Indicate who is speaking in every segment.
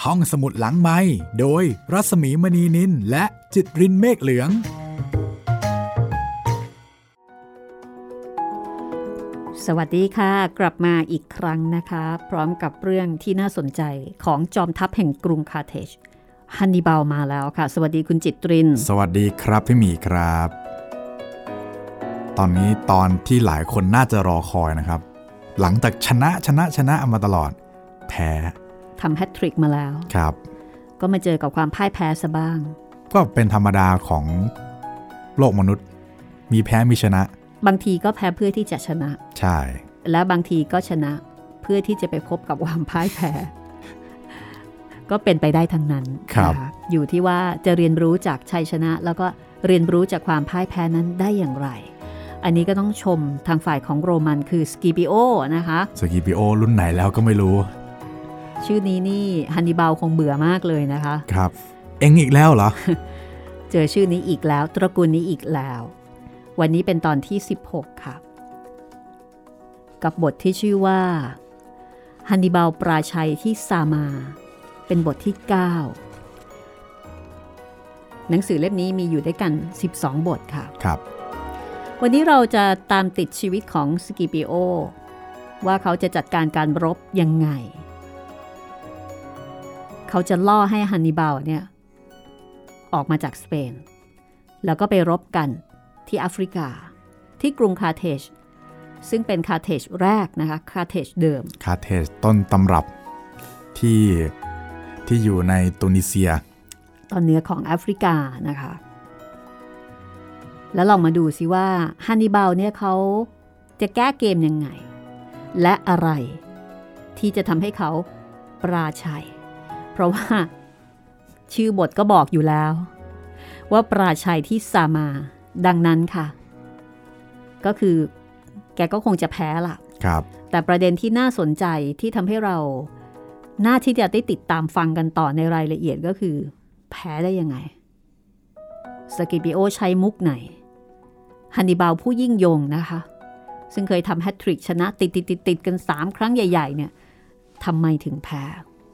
Speaker 1: ห้องสมุดหลังไมค์โดยรัศมีมณีนินและจิตรินเมฆเหลือง
Speaker 2: สวัสดีค่ะกลับมาอีกครั้งนะคะพร้อมกับเรื่องที่น่าสนใจของจอมทัพแห่งกรุงคาร์เทจฮันนิบาลมาแล้วค่ะสวัสดีคุณจิตริน
Speaker 1: สวัสดีครับพี่หมีครับตอนนี้ตอนที่หลายคนน่าจะรอคอยนะครับหลังจากชนะมาตลอดแพ้
Speaker 2: ทำแฮตทริกมาแล้ว
Speaker 1: ครับ
Speaker 2: ก็มาเจอกับความพ่ายแพ้ซะบ้าง
Speaker 1: ก็เป็นธรรมดาของโลกมนุษย์มีแพ้มีชนะ
Speaker 2: บางทีก็แพ้เพื่อที่จะชนะ
Speaker 1: ใช่
Speaker 2: แล้วบางทีก็ชนะเพื่อที่จะไปพบกับความพ่ายแพ้ก็เป็นไปได้ทั้งนั้นนะคะอยู่ที่ว่าจะเรียนรู้จากชัยชนะแล้วก็เรียนรู้จากความพ่ายแพ้นั้นได้อย่างไรอันนี้ก็ต้องชมทางฝ่ายของโรมันคือสกิปิโอนะคะ
Speaker 1: สกิปิโอรุ่นไหนแล้วก็ไม่รู้
Speaker 2: ชื่อนี้นี่ฮันนิบาลคงเบื่อมากเลยนะคะ
Speaker 1: ครับเอ็งอีกแล้วเหรอ
Speaker 2: เจอชื่อนี้อีกแล้วตระกูลนี้อีกแล้ววันนี้เป็นตอนที่16ค่ะกับบทที่ชื่อว่าฮันนิบาลปราชัยที่ซามาเป็นบทที่9หนังสือเล่มนี้มีอยู่ด้วยกัน12บทค่ะ
Speaker 1: ครับ
Speaker 2: วันนี้เราจะตามติดชีวิตของสกิปิโอว่าเขาจะจัดการการรบยังไงเขาจะล่อให้ฮันนิบาลเนี่ยออกมาจากสเปนแล้วก็ไปรบกันที่แอฟริกาที่กรุงคาร์เทจซึ่งเป็นคาร์เทจแรกนะคะคาร์เทจเดิม
Speaker 1: คาร์เทจต้นตำรับที่อยู่ในตูนิเซีย
Speaker 2: ตอนเหนือของแอฟริกานะคะแล้วลองมาดูซิว่าฮันนิบาลเนี่ยเขาจะแก้เกมยังไงและอะไรที่จะทำให้เขาปราชัยเพราะว่าชื่อบทก็บอกอยู่แล้วว่าปราชัยที่ซามาดังนั้นค่ะก็คือแกก็คงจะแพ้ล่ะ
Speaker 1: ครับ
Speaker 2: แต่ประเด็นที่น่าสนใจที่ทำให้เราน่าที่จะได้ติดตามฟังกันต่อในรายละเอียดก็คือแพ้ได้ยังไงสกิปิโอใช้มุกไหนฮันนิบาลผู้ยิ่งยงนะคะซึ่งเคยทำแฮตทริกชนะติดกัน3ครั้งใหญ่ๆเนี่ยทำไมถึงแพ้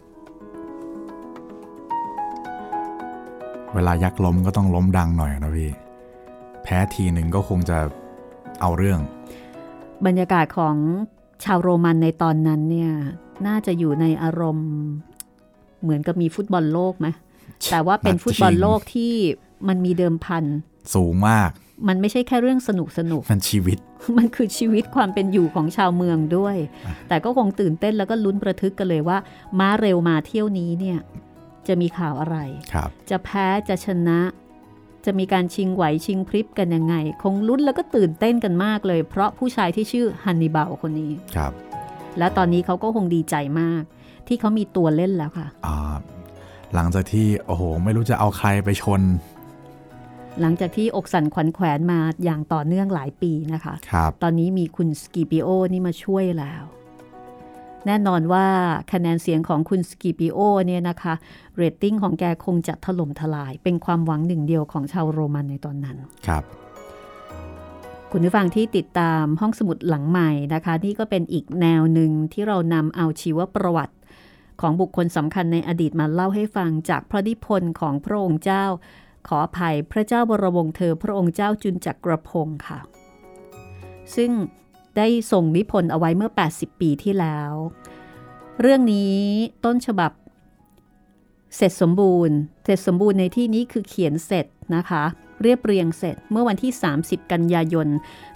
Speaker 1: เวลายักษ์ล้มก็ต้องล้มดังหน่อยนะพี่แพ้ทีหนึ่งก็คงจะเอาเรื่อง
Speaker 2: บรรยากาศของชาวโรมันในตอนนั้นเนี่ยน่าจะอยู่ในอารมณ์เหมือนกับมีฟุตบอลโลกไหมแต่ว่าเป็นฟุตบอลโลกที่มันมีเดิมพัน
Speaker 1: สูงมาก
Speaker 2: มันไม่ใช่แค่เรื่องสนุก
Speaker 1: มันชีวิต
Speaker 2: มันคือชีวิตความเป็นอยู่ของชาวเมืองด้วยแต่ก็คงตื่นเต้นแล้วก็ลุ้นระทึกกันเลยว่าม้าเร็วมาเที่ยวนี้เนี่ยจะมีข่าวอะไรจะแพ้จะชนะจะมีการชิงไหวชิงพริบกันยังไงคงลุ้นแล้วก็ตื่นเต้นกันมากเลยเพราะผู้ชายที่ชื่อฮันนิบาลคนนี้
Speaker 1: ครับ
Speaker 2: และตอนนี้เขาก็คงดีใจมากที่เขามีตัวเล่นแล้วค่ะ
Speaker 1: หลังจากที่โอ้โหไม่รู้จะเอาใครไปชน
Speaker 2: หลังจากที่อกสั่นขวัญแขวนมาอย่างต่อเนื่องหลายปีนะคะตอนนี้มีคุณสกิปิโอนี่มาช่วยแล้วแน่นอนว่าคะแนนเสียงของคุณสกิปิโอเนี่ยนะคะเรตติ้งของแกคงจะถล่มทลายเป็นความหวังหนึ่งเดียวของชาวโรมันในตอนนั้น
Speaker 1: ครับ
Speaker 2: คุณผู้ฟังที่ติดตามห้องสมุดหลังใหม่นะคะนี่ก็เป็นอีกแนวหนึ่งที่เรานำเอาชีวประวัติของบุคคลสำคัญในอดีตมาเล่าให้ฟังจากพระนิพนธ์ของพระองค์เจ้าขออภัยพระเจ้าบรมวงศ์เธอพระองค์เจ้าจุลจักรพงศ์ค่ะซึ่งได้ส่งนิพนธ์เอาไว้เมื่อ80ปีที่แล้วเรื่องนี้ต้นฉบับเสร็จสมบูรณ์ในที่นี้คือเขียนเสร็จนะคะเรียบเรียงเสร็จเมื่อวันที่30กันยายน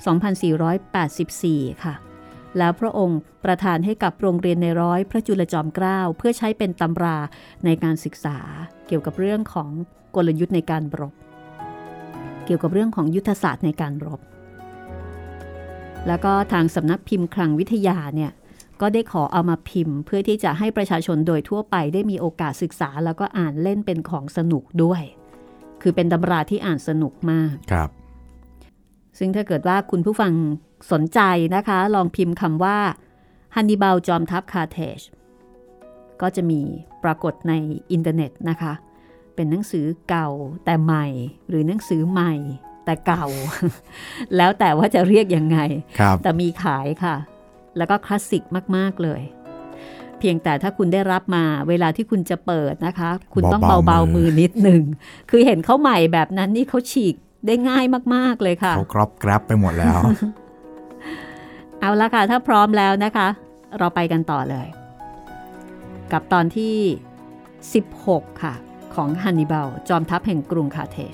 Speaker 2: 2484ค่ะแล้วพระองค์ประทานให้กับโรงเรียนในร้อยพระจุลจอมเกล้าเพื่อใช้เป็นตำราในการศึกษาเกี่ยวกับเรื่องของกลยุทธ์ในการรบเกี่ยวกับเรื่องของยุทธศาสตร์ในการรบแล้วก็ทางสำนักพิมพ์คลังวิทยาเนี่ยก็ได้ขอเอามาพิมพ์เพื่อที่จะให้ประชาชนโดยทั่วไปได้มีโอกาสศึกษาแล้วก็อ่านเล่นเป็นของสนุกด้วยคือเป็นตำราที่อ่านสนุกมาก
Speaker 1: ครับ
Speaker 2: ซึ่งถ้าเกิดว่าคุณผู้ฟังสนใจนะคะลองพิมพ์คำว่าฮันนิบาลจอมทัพคาร์เทจก็จะมีปรากฏในอินเทอร์เน็ตนะคะเป็นหนังสือเก่าแต่ใหม่หรือหนังสือใหม่แต่เก่า แล้วแต่ว่าจะเรียกยังไงแต่มีขายค่ะแล้วก็คลาสสิกมากๆเลยเพียงแต่ถ้าคุณได้รับมาเวลาที่คุณจะเปิดนะคะคุณต้อง
Speaker 1: เบา
Speaker 2: ๆมือนิดหนึ่งคือเห็นเขาใหม่แบบนั้นนี่เขาฉีกได้ง่ายมากๆเลยค่ะ
Speaker 1: เขากรอบแกรบไปหมดแล้ว
Speaker 2: เอาละค่ะถ้าพร้อมแล้วนะคะเราไปกันต่อเลยกับตอนที่16ค่ะของฮันนิบาลจอมทัพแห่งกรุงคาร์เทจ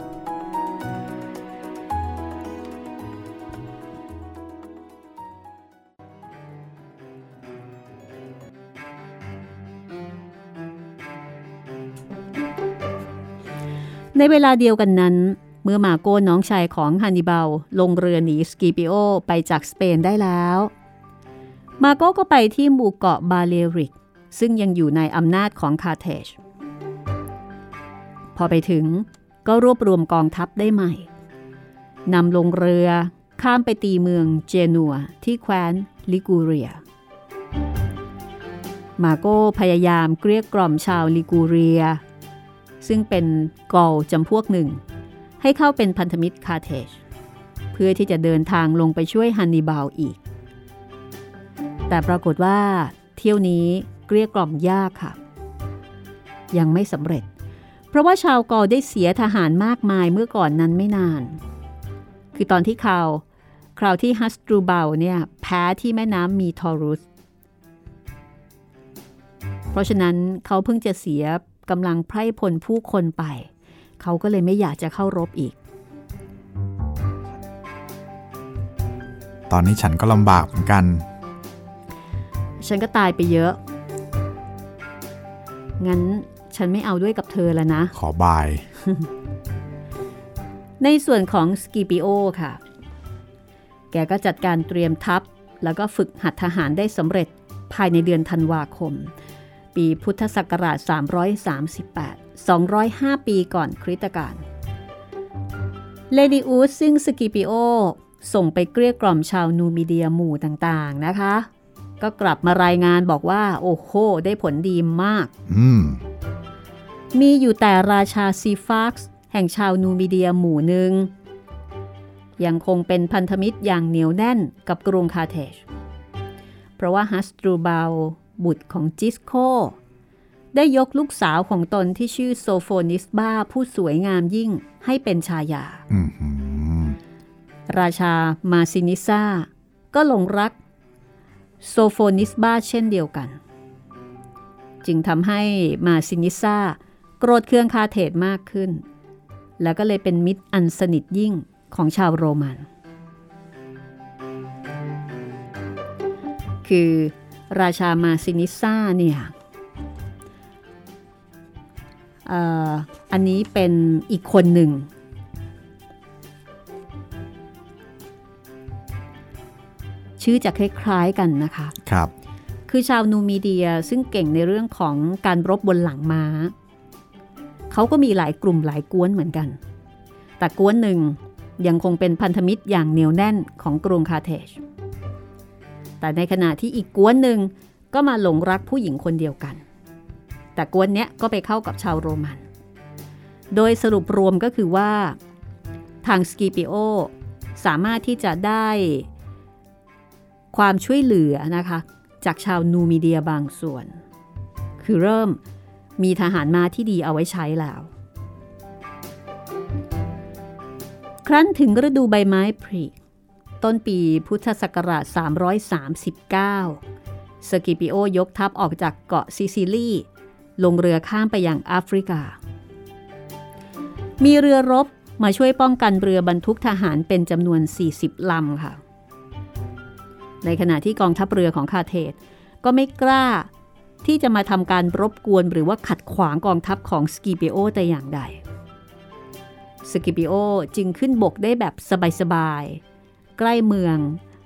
Speaker 2: ในเวลาเดียวกันนั้นเมื่อมาโก้น้องชายของฮันนิบาลลงเรือหนีสกิปิโอไปจากสเปนได้แล้วมาโก้ก็ไปที่หมู่เกาะบาเลริกซึ่งยังอยู่ในอำนาจของคาร์เทจพอไปถึงก็รวบรวมกองทัพได้ใหม่นำลงเรือข้ามไปตีเมืองเจนัวที่แคว้นลิกูเรียมาโก้พยายามเกลี้ยกล่อมชาวลิกูเรียซึ่งเป็นกอลจำพวกหนึ่งให้เข้าเป็นพันธมิตรคาร์เทจเพื่อที่จะเดินทางลงไปช่วยฮันนิบาลอีกแต่ปรากฏว่าเที่ยวนี้เกลี้ยกล่อมยากค่ะยังไม่สำเร็จเพราะว่าชาวกอลได้เสียทหารมากมายเมื่อก่อนนั้นไม่นานคือตอนที่คราวที่ฮัสตรูเบลเนี่ยแพ้ที่แม่น้ำมีทอรุสเพราะฉะนั้นเขาเพิ่งจะเสียกำลังไพร่พลผู้คนไปเขาก็เลยไม่อยากจะเข้ารบอีก
Speaker 1: ตอนนี้ฉันก็ลำบากเหมือนกัน
Speaker 2: ฉันก็ตายไปเยอะงั้นฉันไม่เอาด้วยกับเธอแล้วนะ
Speaker 1: ขอบาย
Speaker 2: ในส่วนของสกิปิโอค่ะแกก็จัดการเตรียมทัพแล้วก็ฝึกหัดทหารได้สำเร็จภายในเดือนธันวาคมปีพุทธศักราช338 205 ปีก่อนคริสตกาลเลดิอุสซึ่งสกิปิโอส่งไปเกลี้ยกล่อมชาวนูมิเดียหมู่ต่างๆนะคะก็กลับมารายงานบอกว่าโอ้โหได้ผลดีมากมีอยู่แต่ราชาซีฟักซ์แห่งชาวนูมิเดียหมู่หนึ่งยังคงเป็นพันธมิตรอย่างเหนียวแน่นกับกรุงคาร์เทจเพราะว่าฮัสตรูบัลบุตรของจิสโคได้ยกลูกสาวของตนที่ชื่อโซโฟนิสบาผู้สวยงามยิ่งให้เป็นชายาราชามาซินิซาก็หลงรักโซโฟนิสบาเช่นเดียวกันจึงทำให้มาซินิซาโกรธเคืองคาร์เทจมากขึ้นแล้วก็เลยเป็นมิตรอันสนิทยิ่งของชาวโรมันคือราชามาซินิซาเนี่ยอันนี้เป็นอีกคนหนึ่งชื่อจะคล้ายๆกันนะคะ
Speaker 1: ครับ
Speaker 2: คือชาวนูมีเดียซึ่งเก่งในเรื่องของการรบบนหลังม้าเขาก็มีหลายกลุ่มหลายกวนเหมือนกันแต่กวนหนึ่งยังคงเป็นพันธมิตรอย่างเหนียวแน่นของกรุงคาร์เทจแต่ในขณะที่อีกกวนหนึ่งก็มาหลงรักผู้หญิงคนเดียวกันแต่กวนเนี้ยก็ไปเข้ากับชาวโรมันโดยสรุปรวมก็คือว่าทางสกิปิโอสามารถที่จะได้ความช่วยเหลือนะคะจากชาวนูมิเดียบางส่วนคือเริ่มมีทหารม้าที่ดีเอาไว้ใช้แล้วครั้นถึงฤดูใบไม้ผลิต้นปีพุทธศักราช339สกิปิโอยกทัพออกจากเกาะซิซิลีลงเรือข้ามไปยังแอฟริกามีเรือรบมาช่วยป้องกันเรือบรรทุกทหารเป็นจำนวน40ลำค่ะในขณะที่กองทัพเรือของคาร์เทจก็ไม่กล้าที่จะมาทำการรบกวนหรือว่าขัดขวางกองทัพของสกิปิโอแต่อย่างใดสกิปิโอจึงขึ้นบกได้แบบสบายๆใกล้เมือง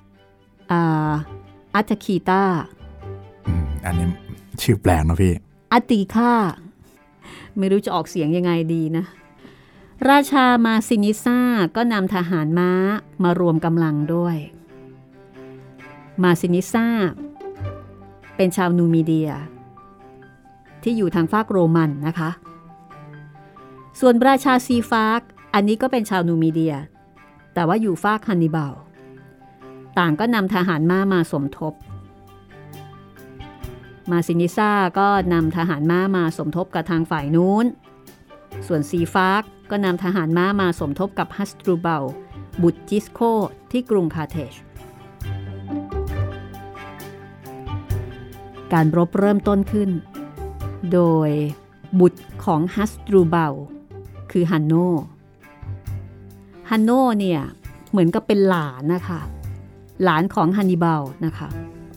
Speaker 2: อัตตาคีตา
Speaker 1: อันนี้ชื่อแปลกนะพี่
Speaker 2: อัตติคาไม่รู้จะออกเสียงยังไงดีนะราชามาซินิซาก็นำทหารม้ามารวมกำลังด้วยมาซินิซาเป็นชาวนูมิเดียที่อยู่ทางฝากโรมันนะคะส่วนราชาซีฟากอันนี้ก็เป็นชาวนูมิเดียแต่ว่าอยู่ฝากฮันนิบาลต่างก็นำทหารม้ามาสมทบมาซินิซ่าก็นำทหารม้ามาสมทบกับทางฝ่ายนู้นส่วนซีฟาร์กก็นำทหารม้ามาสมทบกับฮัสตรูเบลบุตรจิสโคที่กรุงคาร์เทจการรบเริ่มต้นขึ้นโดยบุตรของฮัสตรูเบลคือฮันโนเนี่ยเหมือนกับเป็นหลานนะคะหลานของฮันนิบาลนะคะ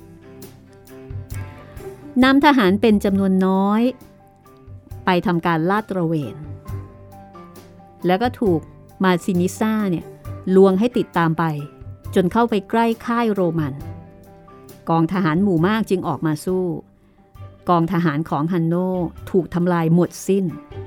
Speaker 2: นำทหารเป็นจำนวนน้อยไปทำการลาดตระเวนแล้วก็ถูกมาซินิซ่าเนี่ยลวงให้ติดตามไปจนเข้าไปใกล้ค่ายโรมันกองทหารหมู่มากจึงออกมาสู้กองทหารของฮันโนถูกทำลายหมดสิ้น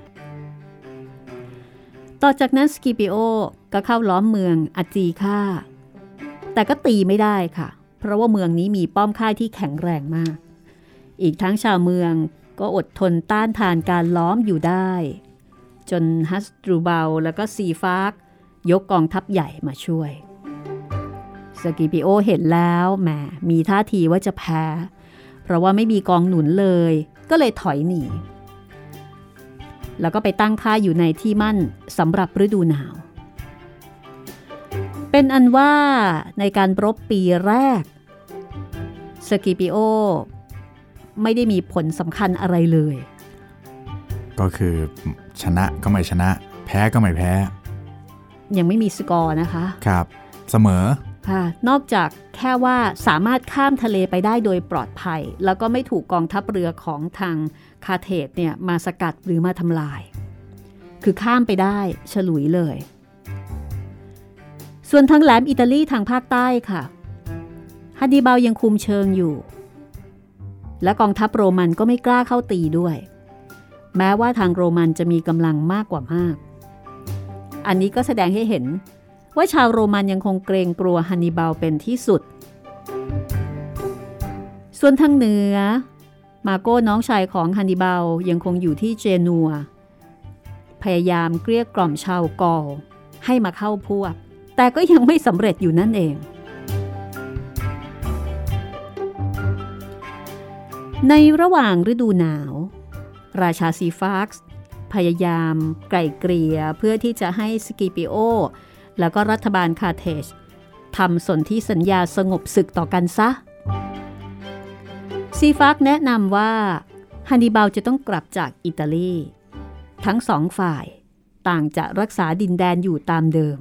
Speaker 2: ต่อจากนั้นสกิปิโอก็เข้าล้อมเมืองอาจีค่าแต่ก็ตีไม่ได้ค่ะเพราะว่าเมืองนี้มีป้อมค่ายที่แข็งแรงมากอีกทั้งชาวเมืองก็อดทนต้านทานการล้อมอยู่ได้จนฮัสตรูเบลแล้วก็ซีฟาร์กยกกองทัพใหญ่มาช่วยสกิปิโอเห็นแล้วแหมมีท่าทีว่าจะแพ้เพราะว่าไม่มีกองหนุนเลยก็เลยถอยหนีแล้วก็ไปตั้งค่ายอยู่ในที่มั่นสำหรับฤดูหนาวเป็นอันว่าในการรบปีแรกสกิปิโอไม่ได้มีผลสำคัญอะไรเลย
Speaker 1: ก็คือชนะก็ไม่ชนะแพ้ก็ไม่แพ้
Speaker 2: ยังไม่มีสกอร์นะคะ
Speaker 1: ครับเสมอ
Speaker 2: ค่ะนอกจากแค่ว่าสามารถข้ามทะเลไปได้โดยปลอดภัยแล้วก็ไม่ถูกกองทัพเรือของทางคาร์เทจเนี่ยมาสกัดหรือมาทำลายคือข้ามไปได้ฉลุยเลยส่วนทางแหลมอิตาลีทางภาคใต้ค่ะฮันนิบาลยังคุมเชิงอยู่และกองทัพโรมันก็ไม่กล้าเข้าตีด้วยแม้ว่าทางโรมันจะมีกำลังมากกว่ามากอันนี้ก็แสดงให้เห็นว่าชาวโรมันยังคงเกรงกลัวฮันนิบาลเป็นที่สุดส่วนทางเหนือมาโก้น้องชายของฮันนิบาลยังคงอยู่ที่เจนัวพยายามเกลี้ยกล่อมชาวกอลให้มาเข้าพวกแต่ก็ยังไม่สำเร็จอยู่นั่นเองในระหว่างฤดูหนาวราชาซีฟาร์กส์พยายามไกล่เกลี่ยเพื่อที่จะให้สกิปิโอแล้วก็รัฐบาลคาร์เทจทำสนธิสัญญาสงบศึกต่อกันซะซีฟาร์กแนะนำว่าฮันนิบาลจะต้องกลับจากอิตาลีทั้งสองฝ่ายต่างจะรักษาดินแดนอยู่ตามเดิม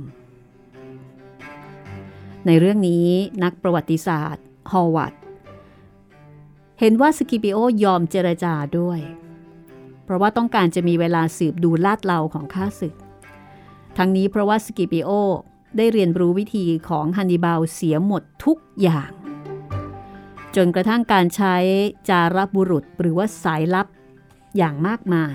Speaker 2: ในเรื่องนี้นักประวัติศาสตร์ฮอวาร์ดเห็นว่าสกิปิโอยอมเจรจาด้วยเพราะว่าต้องการจะมีเวลาสืบดูลาดเลาของข้าศึกทั้งนี้เพราะว่าสกิปิโอได้เรียนรู้วิธีของฮันนิบาลเสียหมดทุกอย่างจนกระทั่งการใช้จารบุรุษหรือว่าสายลับอย่างมากมาย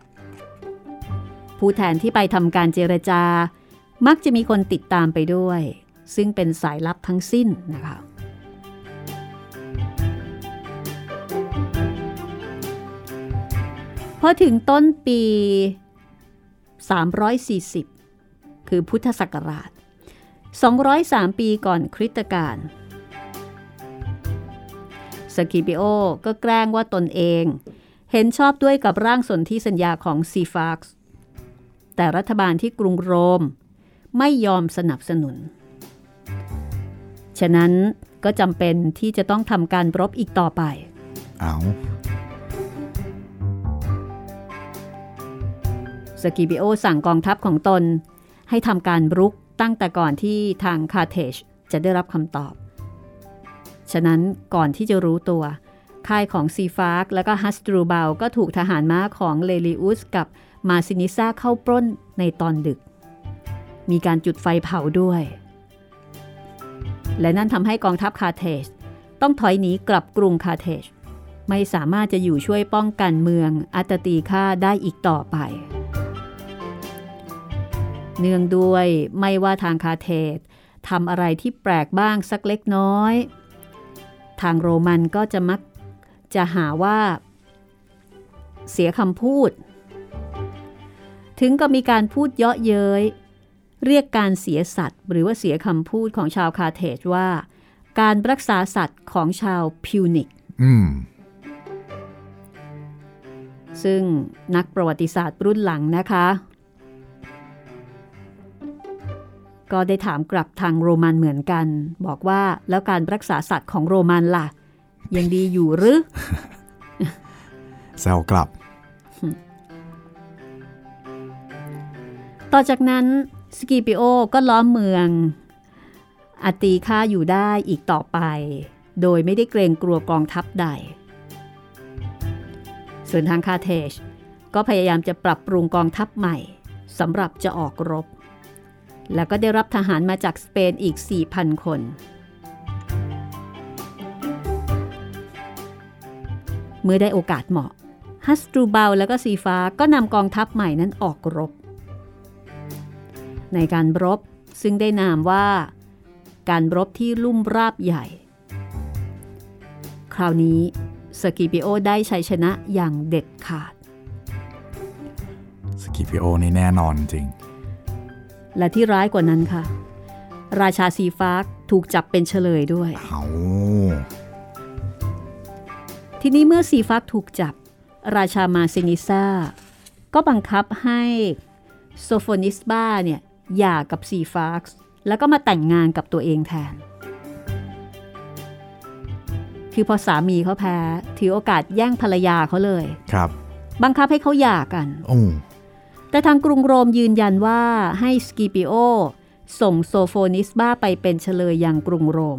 Speaker 2: ผู้แทนที่ไปทำการเจรจามักจะมีคนติดตามไปด้วยซึ่งเป็นสายลับทั้งสิ้นนะคะพอถึงต้นปี340คือพุทธศักราช203ปีก่อนคริสตกาลสกิปิโอก็แกล้งว่าตนเองเห็นชอบด้วยกับร่างสนธิสัญญาของซีฟาร์กส์แต่รัฐบาลที่กรุงโรมไม่ยอมสนับสนุนฉะนั้นก็จำเป็นที่จะต้องทำการรบอีกต่อไปสกิปิโอสั่งกองทัพของตนให้ทำการรุกตั้งแต่ก่อนที่ทางคาร์เทจจะได้รับคำตอบฉะนั้นก่อนที่จะรู้ตัวค่ายของซีฟาร์กและก็ฮัสตรูเบลก็ถูกทหารม้าของเลลิอุสกับมาซินิซ่าเข้าปล้นในตอนดึกมีการจุดไฟเผาด้วยและนั่นทำให้กองทัพคาร์เทจต้องถอยหนีกลับกรุงคาร์เทจไม่สามารถจะอยู่ช่วยป้องกันเมืองอัตติคาได้อีกต่อไปเนื่องด้วยไม่ว่าทางคาร์เทจทำอะไรที่แปลกบ้างสักเล็กน้อยทางโรมันก็จะมักจะหาว่าเสียคำพูดถึงก็มีการพูดเยาะเย้ยเรียกการเสียสัตว์หรือว่าเสียคำพูดของชาวคาร์เทจว่าการรักษาสัตว์ของชาวพิวนิกซึ่งนักประวัติศาสตร์รุ่นหลังนะคะก็ได้ถามกลับทางโรมันเหมือนกันบอกว่าแล้วการรักษาสัตว์ของโรมันล่ะยังดีอยู่หรือ
Speaker 1: แซวกลับ
Speaker 2: ต่อจากนั้นสกิปิโอก็ล้อมเมืองอาตีค่าอยู่ได้อีกต่อไปโดยไม่ได้เกรงกลัวกองทัพใดส่วนทางคาร์เทจก็พยายามจะปรับปรุงกองทัพใหม่สำหรับจะออกรบแล้วก็ได้รับทหารมาจากสเปนอีก 4,000 คนเมื่อได้โอกาสเหมาะฮัสตรูเบลและก็ซีฟ้าก็นำกองทัพใหม่นั้นออกรบในการรบซึ่งได้นามว่าการรบที่ลุ่มราบใหญ่คราวนี้สกิปิโอได้ชัยชนะอย่างเด็ดขาด
Speaker 1: สกิปิโอนี่แน่นอนจริง
Speaker 2: และที่ร้ายกว่านั้นค่ะราชาซีฟาร์กถูกจับเป็นเฉลยด้วยทีนี้เมื่อซีฟาร์กถูกจับราชามาซินิซ่าก็บังคับให้โซโฟนิสบาเนี่ยหย่ากับซีฟาร์กแล้วก็มาแต่งงานกับตัวเองแทนคือพอสามีเขาแพ้ถือโอกาสแย่งภรรยาเขาเลย
Speaker 1: ครับ
Speaker 2: บังคับให้เขาหย่ากันแต่ทางกรุงโรมยืนยันว่าให้สกิปิโอส่งโซโฟนิสบาไปเป็นเฉลยยังกรุงโรม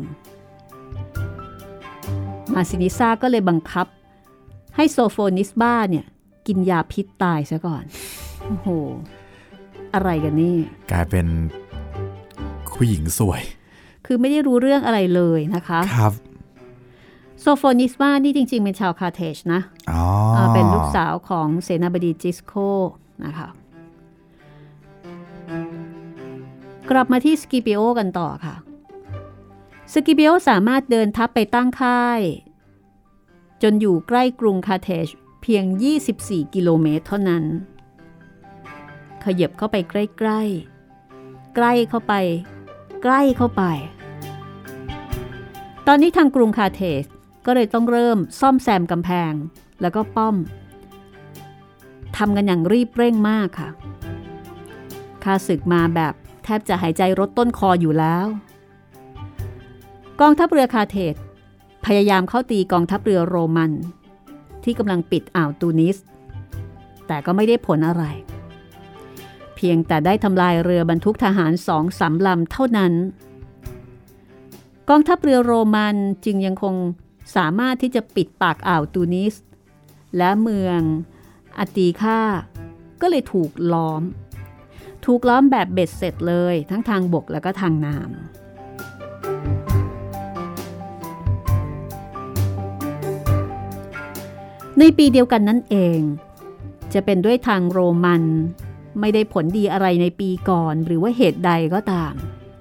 Speaker 2: มาซินิซ่าก็เลยบังคับให้โซโฟนิสบาเนี่ยกินยาพิษตายซะก่อนโอ้โหอะไรกันนี่
Speaker 1: กลายเป็นผู้หญิงสวย
Speaker 2: คือไม่ได้รู้เรื่องอะไรเลยนะคะ
Speaker 1: ครับ
Speaker 2: โซโฟนิสบานี่จริงๆเป็นชาวคาร์เทจนะเป็นลูกสาวของเสนาบดีจิสโคนะคะกลับมาที่สกิปิโอกันต่อค่ะสกิปิโอสามารถเดินทัพไปตั้งค่ายจนอยู่ใกล้กรุงคาร์เทจเพียง24 กิโลเมตรเท่านั้นขยับเข้าไปใกล้ๆใกล้เข้าไปใกล้เข้าไปตอนนี้ทางกรุงคาร์เทจก็เลยต้องเริ่มซ่อมแซมกำแพงแล้วก็ป้อมทำกันอย่างรีบเร่งมากค่ะข้าศึกมาแบบแทบจะหายใจรดต้นคออยู่แล้วกองทัพเรือคาร์เทจพยายามเข้าตีกองทัพเรือโรมันที่กำลังปิดอ่าวตูนิสแต่ก็ไม่ได้ผลอะไรเพียงแต่ได้ทำลายเรือบรรทุกทหาร 2-3 ลำเท่านั้นกองทัพเรือโรมันจึงยังคงสามารถที่จะปิดปากอ่าวตูนิสและเมืองอาตีคาก็เลยถูกล้อมแบบเบ็ดเสร็จเลยทั้งทางบกและก็ทางน้ำในปีเดียวกันนั่นเองจะเป็นด้วยทางโรมันไม่ได้ผลดีอะไรในปีก่อนหรือว่าเหตุใดก็ตาม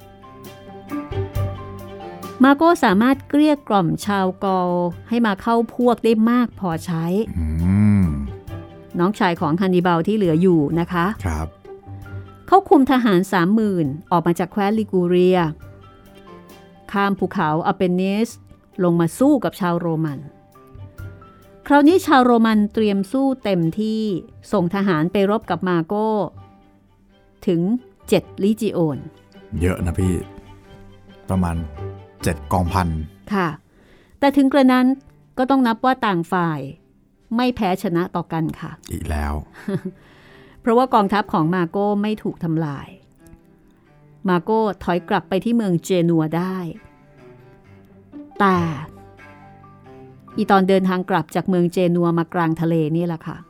Speaker 2: มาโก้สามารถเกลี้ยกล่อมชาวกอลให้มาเข้าพวกได้มากพอใช้น้องชายของฮันนิบาลที่เหลืออยู่นะคะ
Speaker 1: ครับ
Speaker 2: เขาคุมทหาร 30,000 ออกมาจากแคว้นลิกูเรียข้ามภูเขาอัลเปนิสลงมาสู้กับชาวโรมันคราวนี้ชาวโรมันเตรียมสู้เต็มที่ส่งทหารไปรบกับมาโก้ถึง7 ลิจิโอน
Speaker 1: เยอะนะพี่ประมาณ7 กองพัน
Speaker 2: ค่ะแต่ถึงกระนั้นก็ต้องนับว่าต่างฝ่ายไม่แพ้ชนะต่อกันค่ะ
Speaker 1: อีกแล้ว
Speaker 2: เพราะว่ากองทัพของมาโก้ไม่ถูกทำลายมาโก้ถอยกลับไปที่เมืองเจนัวได้แต่อีตอนเดินทางกลับจากเมืองเจนัวมากลางทะเลนี่แหละค่ะ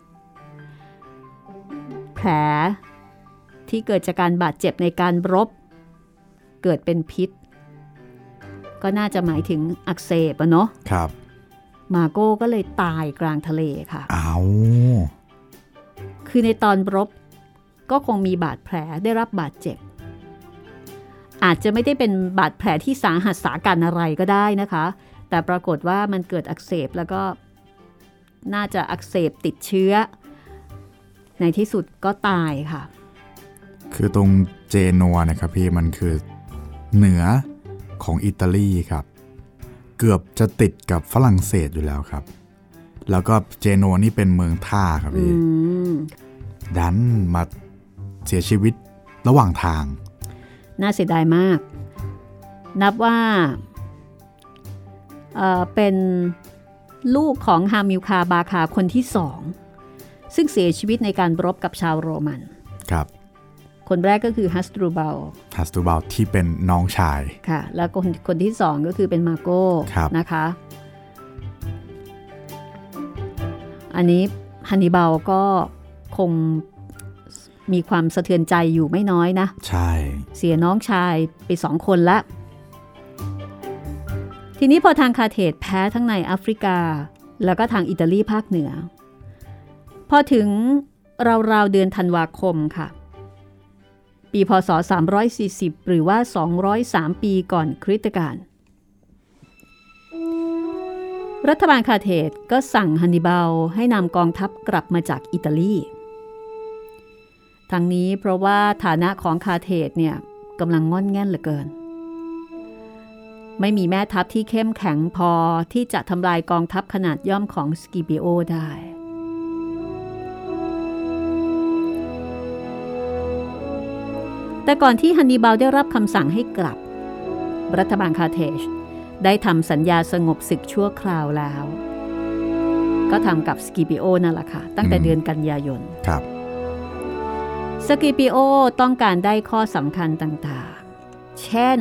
Speaker 2: แผลที่เกิดจากการบาดเจ็บในการรบเกิดเป็นพิษก็น่าจะหมายถึงอักเสบอะเนาะ
Speaker 1: ครับ
Speaker 2: มาโก้ก็เลยตายกลางทะเลค่ะ
Speaker 1: คือ
Speaker 2: ในตอนรบก็คงมีบาดแผลได้รับบาดเจ็บอาจจะไม่ได้เป็นบาดแผลที่สาหัสสากันอะไรก็ได้นะคะแต่ปรากฏว่ามันเกิดอักเสบแล้วก็น่าจะอักเสบติดเชื้อในที่สุดก็ตายค่ะ
Speaker 1: คือตรงเจนัวนะครับพี่มันคือเหนือของอิตาลีครับเกือบจะติดกับฝรั่งเศสอยู่แล้วครับแล้วก็เจโนนี่เป็นเมืองท่าครับพี่ดันมาเสียชีวิตระหว่างทาง
Speaker 2: น่าเสียดายมากนับว่าเป็นลูกของฮามิลคาบาคาคนที่สองซึ่งเสียชีวิตในการรบกับชาวโรมัน
Speaker 1: ครับ
Speaker 2: คนแรกก็คือฮัสตรูเบล
Speaker 1: ที่เป็นน้องชาย
Speaker 2: ค่ะแล้วคนที่สองก็คือเป็นมาโก้นะคะอันนี้ฮันนิบาลก็คงมีความสะเทือนใจอยู่ไม่น้อยนะ
Speaker 1: ใช่
Speaker 2: เสียน้องชายไป2 คนละทีนี้พอทางคาเทจแพ้ทั้งในแอฟริกาแล้วก็ทางอิตาลีภาคเหนือพอถึงราวๆเดือนธันวาคมค่ะปีพ.ศ. 340หรือว่า203ปีก่อนคริสตกาลรัฐบาลคาเทจก็สั่งฮันนิบาลให้นำกองทัพกลับมาจากอิตาลีทั้งนี้เพราะว่าฐานะของคาเทจเนี่ยกำลังง่อนแง่นเหลือเกินไม่มีแม่ทัพที่เข้มแข็งพอที่จะทำลายกองทัพขนาดย่อมของสกิปิโอได้แต่ก่อนที่ฮันนิบาลได้รับคำสั่งให้กลับรัฐบาลคาเทจได้ทำสัญญาสงบศึกชั่วคราวแล้วก็ทำกับสกิปิโอนั่นแหละค่ะตั้งแต่เดือนกันยายน
Speaker 1: ครับ
Speaker 2: สกิปิโอต้องการได้ข้อสำคัญต่างๆเช่น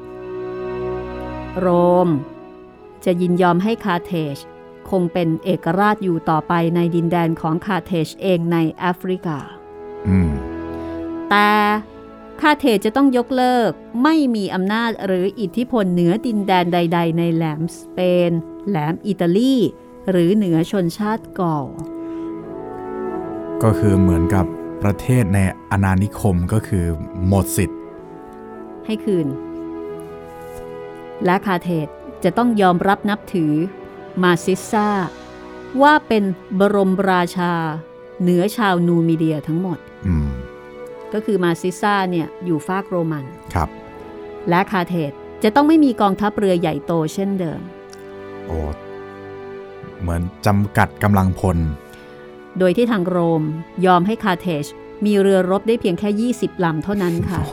Speaker 2: โรมจะยินยอมให้คาเทจคงเป็นเอกราชอยู่ต่อไปในดินแดนของคาเทจเองในแอฟริกาแต่คาเทจจะต้องยกเลิกไม่มีอำนาจหรืออิทธิพลเหนือดินแดนใดๆในแหลมสเปนแหลมอิตาลีหรือเหนือชนชาติกอล
Speaker 1: ก็คือเหมือนกับประเทศในอาณานิคมก็คือหมดสิทธิ์
Speaker 2: ให้คืนและคาเทจจะต้องยอมรับนับถือมาซิสซาว่าเป็นบรมราชาเหนือชาวนูมิเดียทั้งหมดก็คือมาซิสซาเนี่ยอยู่ฝากโรมัน
Speaker 1: ครับ
Speaker 2: และคาเทจจะต้องไม่มีกองทัพเรือใหญ่โตเช่นเดิม
Speaker 1: โอ้เหมือนจำกัดกำลังพล
Speaker 2: โดยที่ทางโรมยอมให้คาเทจมีเรือรบได้เพียงแค่20 ลำเท่านั้นค่ะ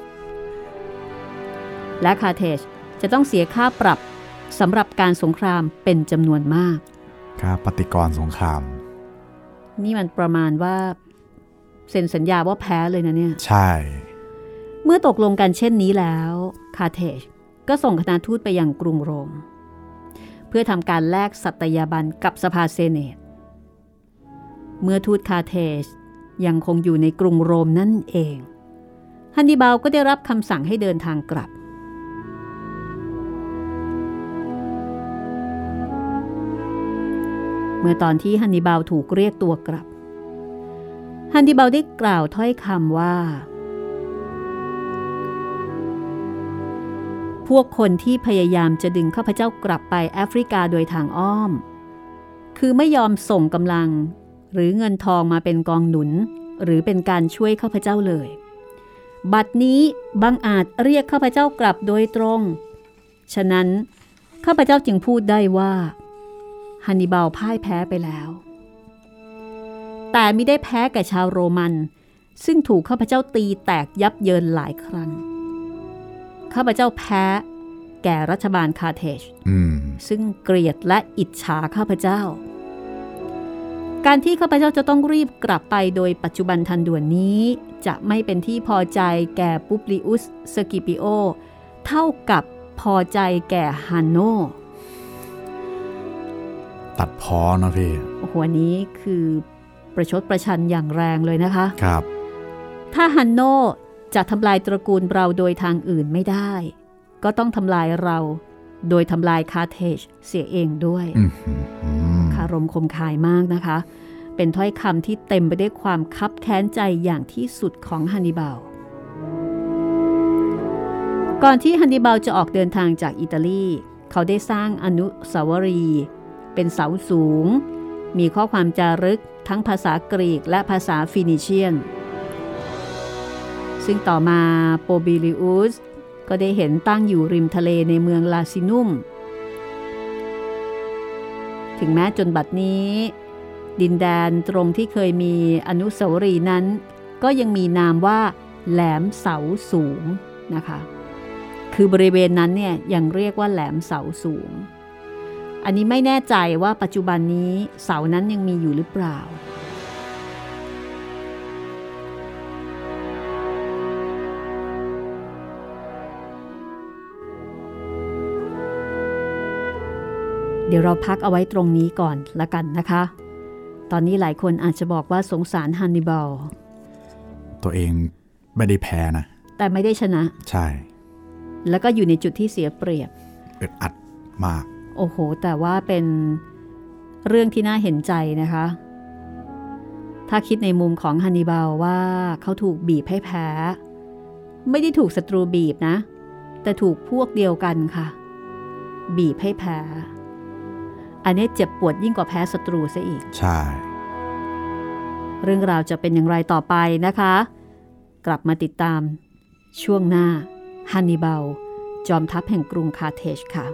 Speaker 2: และคาเทจจะต้องเสียค่าปรับสำหรับการสงครามเป็นจำนวนมาก
Speaker 1: ค่าปฏิกรณ์สงคราม
Speaker 2: นี่มันประมาณว่าเซ็นสัญญาว่าแพ้เลยนะเนี่ย
Speaker 1: ใช่
Speaker 2: เมื่อตกลงกันเช่นนี้แล้วคาเทจก็ส่งคณะทูตไปยังกรุงโรมเพื่อทำการแลกสัตยาบันกับสภาเซเนตเมื่อทูตคาเทจยังคงอยู่ในกรุงโรมนั่นเองฮันนิบาลก็ได้รับคำสั่งให้เดินทางกลับเมื่อตอนที่ฮันนิบาลถูกเรียกตัวกลับฮันนิบาลได้กล่าวถ้อยคำว่าพวกคนที่พยายามจะดึงข้าพเจ้ากลับไปแอฟริกาโดยทางอ้อมคือไม่ยอมส่งกำลังหรือเงินทองมาเป็นกองหนุนหรือเป็นการช่วยข้าพเจ้าเลยบัดนี้บังอาจเรียกข้าพเจ้ากลับโดยตรงฉะนั้นข้าพเจ้าจึงพูดได้ว่าฮันนิบาลพ่ายแพ้ไปแล้วแต่มิได้แพ้แก่ชาวโรมันซึ่งถูกข้าพเจ้าตีแตกยับเยินหลายครั้งข้าพเจ้าแพ้แก่รัฐบาลคาเทจซึ่งเกลียดและอิจฉาข้าพเจ้าการที่ข้าพเจ้าจะต้องรีบกลับไปโดยปัจจุบันทันด่วนนี้จะไม่เป็นที่พอใจแก่ปุบลิอุสสกิปิโอเท่ากับพอใจแก่ฮันโน
Speaker 1: ตัดพ้อนะพี่
Speaker 2: หัวนี้คือประชดประชันอย่างแรงเลยนะคะ
Speaker 1: ครับ
Speaker 2: ถ้าฮันโนจะทำลายตระกูลเราโดยทางอื่นไม่ได้ก็ต้องทำลายเราโดยทำลายคาเทจเสียเองด้วยคารมคมคายมากนะคะเป็นถ้อยคำที่เต็มไปด้วยความคับแค้นใจอย่างที่สุดของฮันนิบาลก่อนที่ฮันนิบาลจะออกเดินทางจากอิตาลีเขาได้สร้างอนุสาวรีย์เป็นเสาสูงมีข้อความจารึกทั้งภาษากรีกและภาษาฟินิเชียนซึ่งต่อมาโปบิลิอุสก็ได้เห็นตั้งอยู่ริมทะเลในเมืองลาซินุมถึงแม้จนบัดนี้ดินแดนตรงที่เคยมีอนุสาวรีย์นั้นก็ยังมีนามว่าแหลมเสาสูงนะคะคือบริเวณนั้นเนี่ยยังเรียกว่าแหลมเสาสูงอันนี้ไม่แน่ใจว่าปัจจุบันนี้เสานั้นยังมีอยู่หรือเปล่าเดี๋ยวเราพักเอาไว้ตรงนี้ก่อนละกันนะคะตอนนี้หลายคนอาจจะบอกว่าสงสารฮันนิบาล
Speaker 1: ตัวเองไม่ได้แพ้นะ
Speaker 2: แต่ไม่ได้ชนะ
Speaker 1: ใช่
Speaker 2: แล้วก็อยู่ในจุดที่เสียเปรียบ
Speaker 1: อึดอัดมาก
Speaker 2: โอ้โหแต่ว่าเป็นเรื่องที่น่าเห็นใจนะคะถ้าคิดในมุมของฮันนิบาลว่าเขาถูกบีบให้แพ้ไม่ได้ถูกศัตรูบีบนะแต่ถูกพวกเดียวกันค่ะบีบให้แพ้อันนี้เจ็บปวดยิ่งกว่าแพ้ศัตรูซะอีก
Speaker 1: ใช่
Speaker 2: เรื่องราวจะเป็นอย่างไรต่อไปนะคะกลับมาติดตามช่วงหน้าฮันนิบาลจอมทัพแห่งกรุงคาร์เทจค่ะ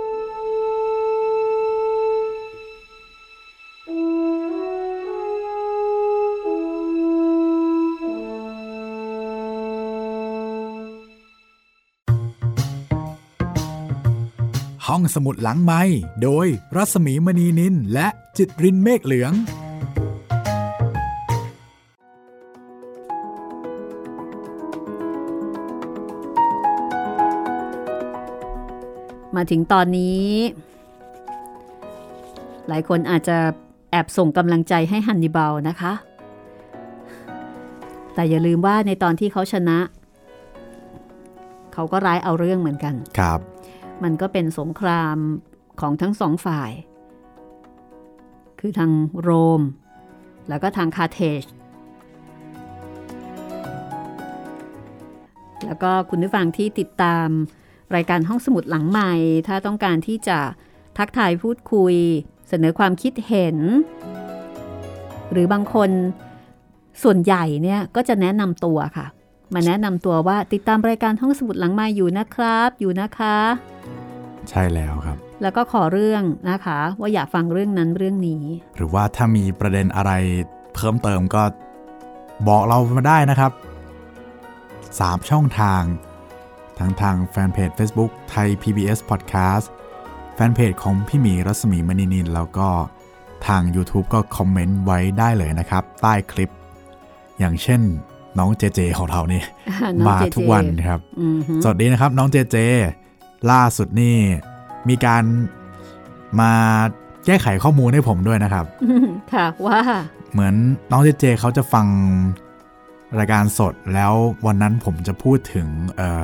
Speaker 1: ห้องสมุดหลังไมค์โดยรัศมีมณีนินและจิตรินเมฆเหลือง
Speaker 2: มาถึงตอนนี้หลายคนอาจจะแอบส่งกำลังใจให้ฮันนิบาลนะคะแต่อย่าลืมว่าในตอนที่เขาชนะเขาก็ร้ายเอาเรื่องเหมือนกัน
Speaker 1: ครับ
Speaker 2: มันก็เป็นสงครามของทั้งสองฝ่ายคือทางโรมแล้วก็ทางคาร์เทจแล้วก็คุณผู้ฟังที่ติดตามรายการห้องสมุดหลังใหม่ถ้าต้องการที่จะทักทายพูดคุยเสนอความคิดเห็นหรือบางคนส่วนใหญ่เนี่ยก็จะแนะนำตัวค่ะมาแนะนำตัวว่าติดตามรายการห้องสมุดหลังใหม่อยู่นะครับอยู่นะคะ
Speaker 1: ใช่แล้วครับ
Speaker 2: แล้วก็ขอเรื่องนะคะว่าอยากฟังเรื่องนั้นเรื่องนี้
Speaker 1: หรือว่าถ้ามีประเด็นอะไรเพิ่มเติมก็บอกเรามาได้นะครับ3ช่องทางทั้งทางแฟนเพจ Facebook ไทย PBS Podcast แฟนเพจของพี่หมีรัศมีมณีนินแล้วก็ทาง YouTube ก็คอมเมนต์ไว้ได้เลยนะครับใต้คลิปอย่างเช่นน้องเจเจของเรานี่ มาทุกวันครับสวัสดีนะครับน้องเจเจล่าสุดนี่มีการมาแก้ไขข้อมูลให้ผมด้วยนะครับ
Speaker 2: ค่ะว่า
Speaker 1: เหมือนน้องเจเจเขาจะฟังรายการสดแล้ววันนั้นผมจะพูดถึง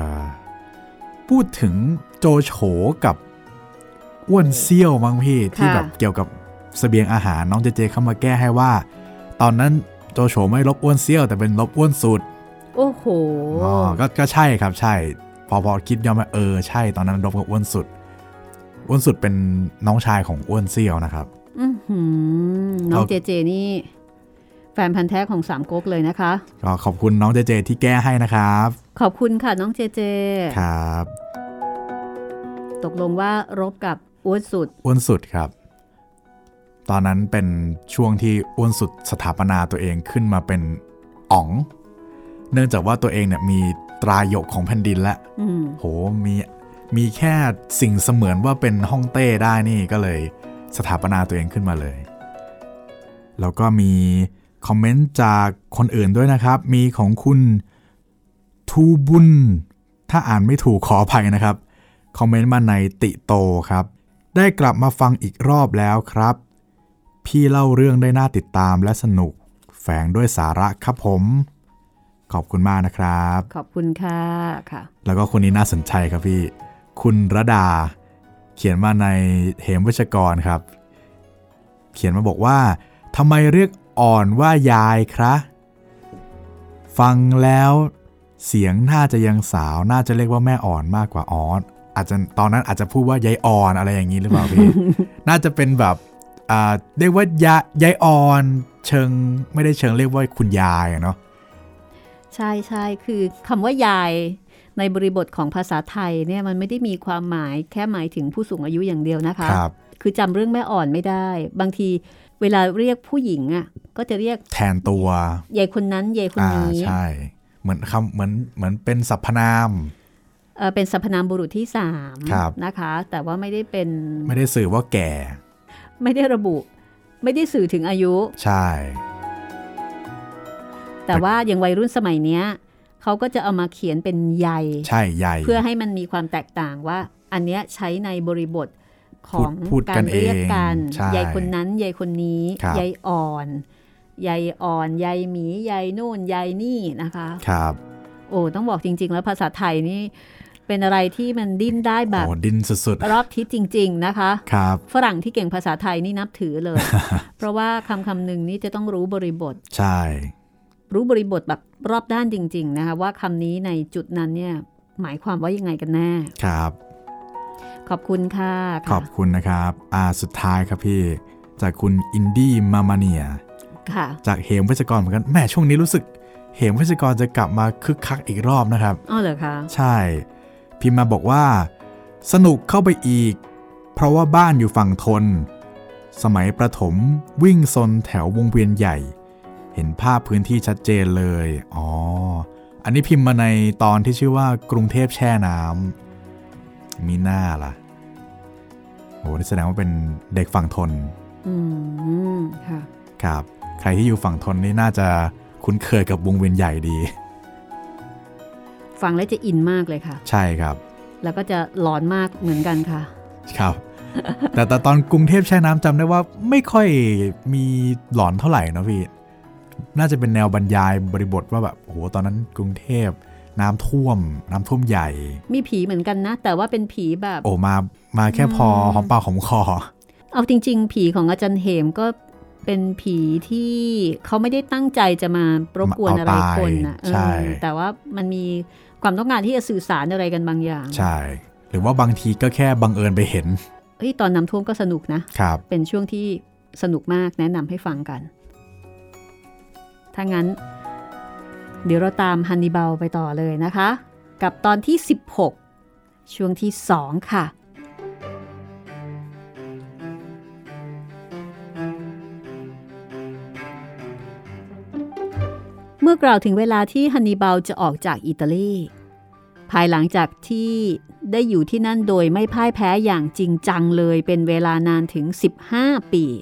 Speaker 1: โจโฉกับอ้วนเซี่ยวมั้งพี่ที่แบบเกี่ยวกับเสบียงอาหารน้องเจเจเข้ามาแก้ให้ว่าตอนนั้นโจโฉไม่ลบอ้วนเซี่ยวแต่เป็นลบอ้วนสุด
Speaker 2: โอ้โห
Speaker 1: ก็ใช่ครับใช่พอคิดย้อนมาใช่ตอนนั้นลบกับอ้วนสุดเป็นน้องชายของอ้วนเซี่ยวนะครับ
Speaker 2: น้องเจเจนี่แฟนพันธุ์แท้ของสามก๊กเลยนะคะ
Speaker 1: ก็ขอบคุณน้องเจเจที่แก้ให้นะครับ
Speaker 2: ขอบคุณค่ะน้องเจเจ
Speaker 1: ครับ
Speaker 2: ตกลงว่ารบกับอ้วน
Speaker 1: สุดครับตอนนั้นเป็นช่วงที่อ้วนสุดสถาปนาตัวเองขึ้นมาเป็นอ๋องเนื่องจากว่าตัวเองเนี่ยมีตราหยกของแผ่นดินแล้วโหมีแค่สิ่งเสมือนว่าเป็นฮ่องเต้ได้นี่ก็เลยสถาปนาตัวเองขึ้นมาเลยแล้วก็มีคอมเมนต์จากคนอื่นด้วยนะครับมีของคุณทูบุญถ้าอ่านไม่ถูกขออภัยนะครับคอมเมนต์มาในติโตครับได้กลับมาฟังอีกรอบแล้วครับพี่เล่าเรื่องได้น่าติดตามและสนุกแฝงด้วยสาระครับผมขอบคุณมากนะครับ
Speaker 2: ขอบคุณค่ะ
Speaker 1: แล้วก็คนนี้น่าสนใจครับพี่คุณระดาเขียนมาในเหมวิชกรครับเขียนมาบอกว่าทำไมเรียกอ่อนว่ายายครับฟังแล้วเสียงน่าจะยังสาวน่าจะเรียกว่าแม่อ่อนมากกว่าอ่อนอาจจะตอนนั้นอาจจะพูดว่ายายอ่อนอะไรอย่างนี้หรือเปล่าพี่ น่าจะเป็นแบบเรียกว่ายายอ่อนเชิงไม่ได้เชิงเรียกว่าคุณยายเนาะ
Speaker 2: ใช่คือคำว่ายายในบริบทของภาษาไทยเนี่ยมันไม่ได้มีความหมายแค่หมายถึงผู้สูงอายุอย่างเดียวนะคะคือจำเรื่องแม่อ่อนไม่ได้บางทีเวลาเรียกผู้หญิงอ่ะก็จะเรียก
Speaker 1: แทนตัวย
Speaker 2: ายคนนั้นยายคนนี้
Speaker 1: ใช่เหมือนคำเหมือนเป็นสรรพนาม
Speaker 2: เป็นสรรพนามบุรุษที่3นะคะแต่ว่าไม่ได้
Speaker 1: สื่อว่าแก่
Speaker 2: ไม่ได้ระบุไม่ได้สื่อถึงอายุ
Speaker 1: ใช่
Speaker 2: แต่ว่าอย่างวัยรุ่นสมัยเนี้ยเขาก็จะเอามาเขียนเป็นใย
Speaker 1: ใช่ใย
Speaker 2: เพื่อให้มันมีความแตกต่างว่าอันเนี้ยใช้ในบริบทของการเรียกกันยายคนนั้นยายคนนี้ยายอ่อนยายหมียายโน่นยายนี่นะคะ
Speaker 1: ครับ
Speaker 2: โอ้ต้องบอกจริงๆแล้วภาษาไทยนี่เป็นอะไรที่มันดิ้นได้แบบ
Speaker 1: ดิ้นสุด
Speaker 2: ๆรอบทิศจริงๆนะคะ
Speaker 1: ครับ
Speaker 2: ฝรั่งที่เก่งภาษาไทยนี่นับถือเลย เพราะว่าคำหนึ่งนี่จะต้องรู้บริบท
Speaker 1: ใช่
Speaker 2: รู้บริบทแบบรอบด้านจริงๆนะคะว่าคำนี้ในจุดนั้นเนี่ยหมายความว่ายังไงกันแน่
Speaker 1: ครับ
Speaker 2: ขอบคุณค่ะ
Speaker 1: ขอบคุณนะครับสุดท้ายครับพี่จากคุณอินดี้มามาเนียจากเหมเวชกรเหมือนกันแม่ช่วงนี้รู้สึกเหมเวชกรจะกลับมาคึกคักอีกรอบนะครับ
Speaker 2: อ๋อเหรอคะ
Speaker 1: ใช่พิมพ์มาบอกว่าสนุกเข้าไปอีกเพราะว่าบ้านอยู่ฝั่งทนสมัยประถมวิ่งซนแถววงเวียนใหญ่เห็นภาพพื้นที่ชัดเจนเลยอันนี้พิมพ์มาในตอนที่ชื่อว่ากรุงเทพแช่น้ำมีหน้าล่ะโหนี่แสดงว่าเป็นเด็กฝั่งทน
Speaker 2: ค่ะ
Speaker 1: ครับใครที่อยู่ฝั่งทนนี่น่าจะคุ้นเคยกับวงเวียนใหญ่ดี
Speaker 2: ฟังแล้วจะอินมากเลยค่ะ
Speaker 1: ใช่ครับ
Speaker 2: แล้วก็จะหลอนมากเหมือนกันค่ะ
Speaker 1: ครับ แต่ตอนกรุงเทพแช่น้ำจำได้ว่าไม่ค่อยมีหลอนเท่าไหร่นะพี่น่าจะเป็นแนวบรรยายบริบทว่าแบบโอ้โหตอนนั้นกรุงเทพน้ำท่วมใหญ่
Speaker 2: มีผีเหมือนกันนะแต่ว่าเป็นผีแบบ
Speaker 1: โอ้มาแค่พอหอมปากหอมคอ
Speaker 2: เอาจริงๆผีของอาจารย์เหมก็เป็นผีที่เขาไม่ได้ตั้งใจจะมารบกวนอะไรคนนะแต่ว่ามันมีความต้องการที่จะสื่อสารอะไรกันบางอย่าง
Speaker 1: ใช่หรือว่าบางทีก็แค่บังเอิญไปเห็น
Speaker 2: ตอนน้ำท่วมก็สนุกนะครับเป็นช่วงที่สนุกมากแนะนำให้ฟังกันถ้างั้นเดี๋ยวเราตามฮันนิบาลไปต่อเลยนะคะกับตอนที่16ช่วงที่2ค่ะเมื่อกล่าวถึงเวลาที่ฮันนิบาลจะออกจากอิตาลีภายหลังจากที่ได้อยู่ที่นั่นโดยไม่พ่ายแพ้อย่างจริงจังเลยเป็นเวลานานถึง15 ปี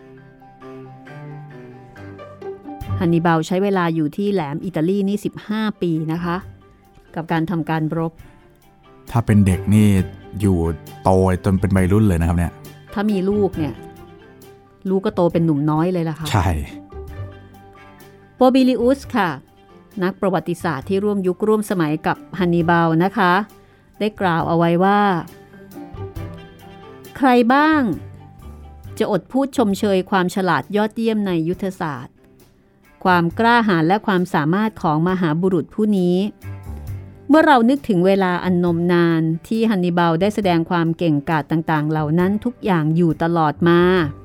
Speaker 2: ฮันนิบาลใช้เวลาอยู่ที่แหลมอิตาลีนี่15 ปีนะคะกับการทำการรบ
Speaker 1: ถ้าเป็นเด็กนี่อยู่โตจนเป็นวัยรุ่นเลยนะครับเนี่ย
Speaker 2: ถ้ามีลูกเนี่ยลูกก็โตเป็นหนุ่มน้อยเลยล่ะค่ะ
Speaker 1: ใช่
Speaker 2: โปบิลิอุสค่ะนักประวัติศาสตร์ที่ร่วมยุคร่วมสมัยกับฮันนิบาลนะคะได้กล่าวเอาไว้ว่าใครบ้างจะอดพูดชมเชยความฉลาดยอดเยี่ยมในยุทธศาสตร์ความกล้าหาญและความสามารถของมหาบุรุษผู้นี้เมื่อเรานึกถึงเวลาอันนมนานที่ฮันนิบาลได้แสดงความเก่งกาจต่างๆเหล่านั้นทุกอย่างอยู่ตลอดมา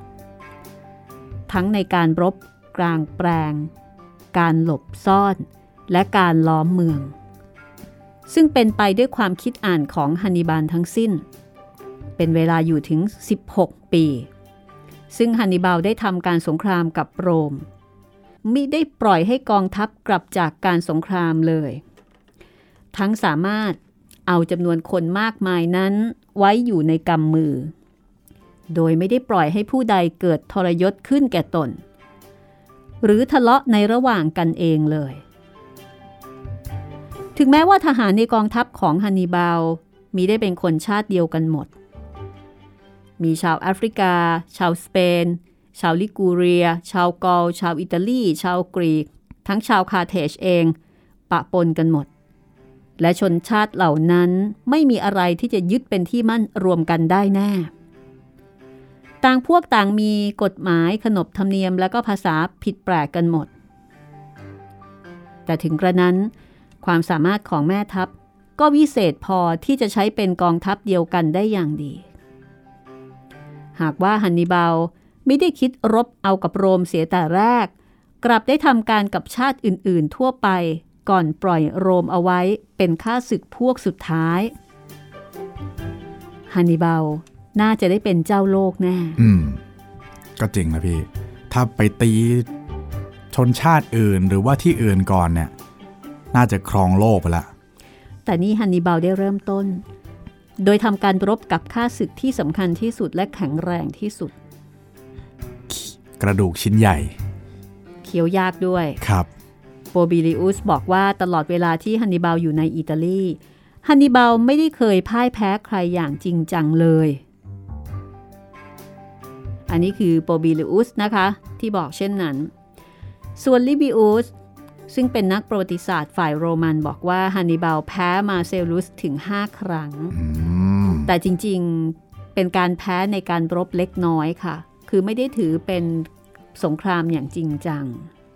Speaker 2: ทั้งในการรบกลางแปลงการหลบซ่อนและการล้อมเมืองซึ่งเป็นไปด้วยความคิดอ่านของฮันนิบาลทั้งสิ้นเป็นเวลาอยู่ถึง16 ปีซึ่งฮันนิบาลได้ทำการสงครามกับโรมมิได้ปล่อยให้กองทัพกลับจากการสงครามเลยทั้งสามารถเอาจำนวนคนมากมายนั้นไว้อยู่ในกำมือโดยไม่ได้ปล่อยให้ผู้ใดเกิดทรยศขึ้นแก่ตนหรือทะเลาะในระหว่างกันเองเลยถึงแม้ว่าทหารในกองทัพของฮันนิบาลมีได้เป็นคนชาติเดียวกันหมดมีชาวแอฟริกาชาวสเปนชาวลิกูเรียชาวกอลชาวอิตาลีชาวกรีกทั้งชาวคาร์เทจเองปะปนกันหมดและชนชาติเหล่านั้นไม่มีอะไรที่จะยึดเป็นที่มั่นรวมกันได้แน่ต่างพวกต่างมีกฎหมายขนบธรรมเนียมและก็ภาษาผิดแปลกกันหมดแต่ถึงกระนั้นความสามารถของแม่ทัพก็วิเศษพอที่จะใช้เป็นกองทัพเดียวกันได้อย่างดีหากว่าฮันนิบาลไม่ได้คิดรบเอากับโรมเสียแต่แรกกลับได้ทำการกับชาติอื่นๆทั่วไปก่อนปล่อยโรมเอาไว้เป็นข้าศึกพวกสุดท้ายฮันนิบาลน่าจะได้เป็นเจ้าโลกแน่
Speaker 1: ก็จริงนะพี่ถ้าไปตีชนชาติอื่นหรือว่าที่อื่นก่อนเนี่ยน่าจะครองโลกไปละ
Speaker 2: แต่นี่ฮันนิบาลได้เริ่มต้นโดยทำการรบกับข้าศึกที่สำคัญที่สุดและแข็งแรงที่สุด
Speaker 1: กระดูกชิ้นใหญ่
Speaker 2: เคี้ยวยากด้วย
Speaker 1: ครับ
Speaker 2: โปบิลิอุสบอกว่าตลอดเวลาที่ฮันนิบาลอยู่ในอิตาลีฮันนิบาลไม่ได้เคยพ่ายแพ้ใครอย่างจริงจังเลยอันนี้คือโปบิลิอุสนะคะที่บอกเช่นนั้นส่วนลิบิอุสซึ่งเป็นนักประวัติศาสตร์ฝ่ายโรมันบอกว่าฮันนิบาลแพ้มาเซลุสถึง5ครั้งแต่จริงๆเป็นการแพ้ในการรบเล็กน้อยค่ะคือไม่ได้ถือเป็นสงครามอย่างจริงจัง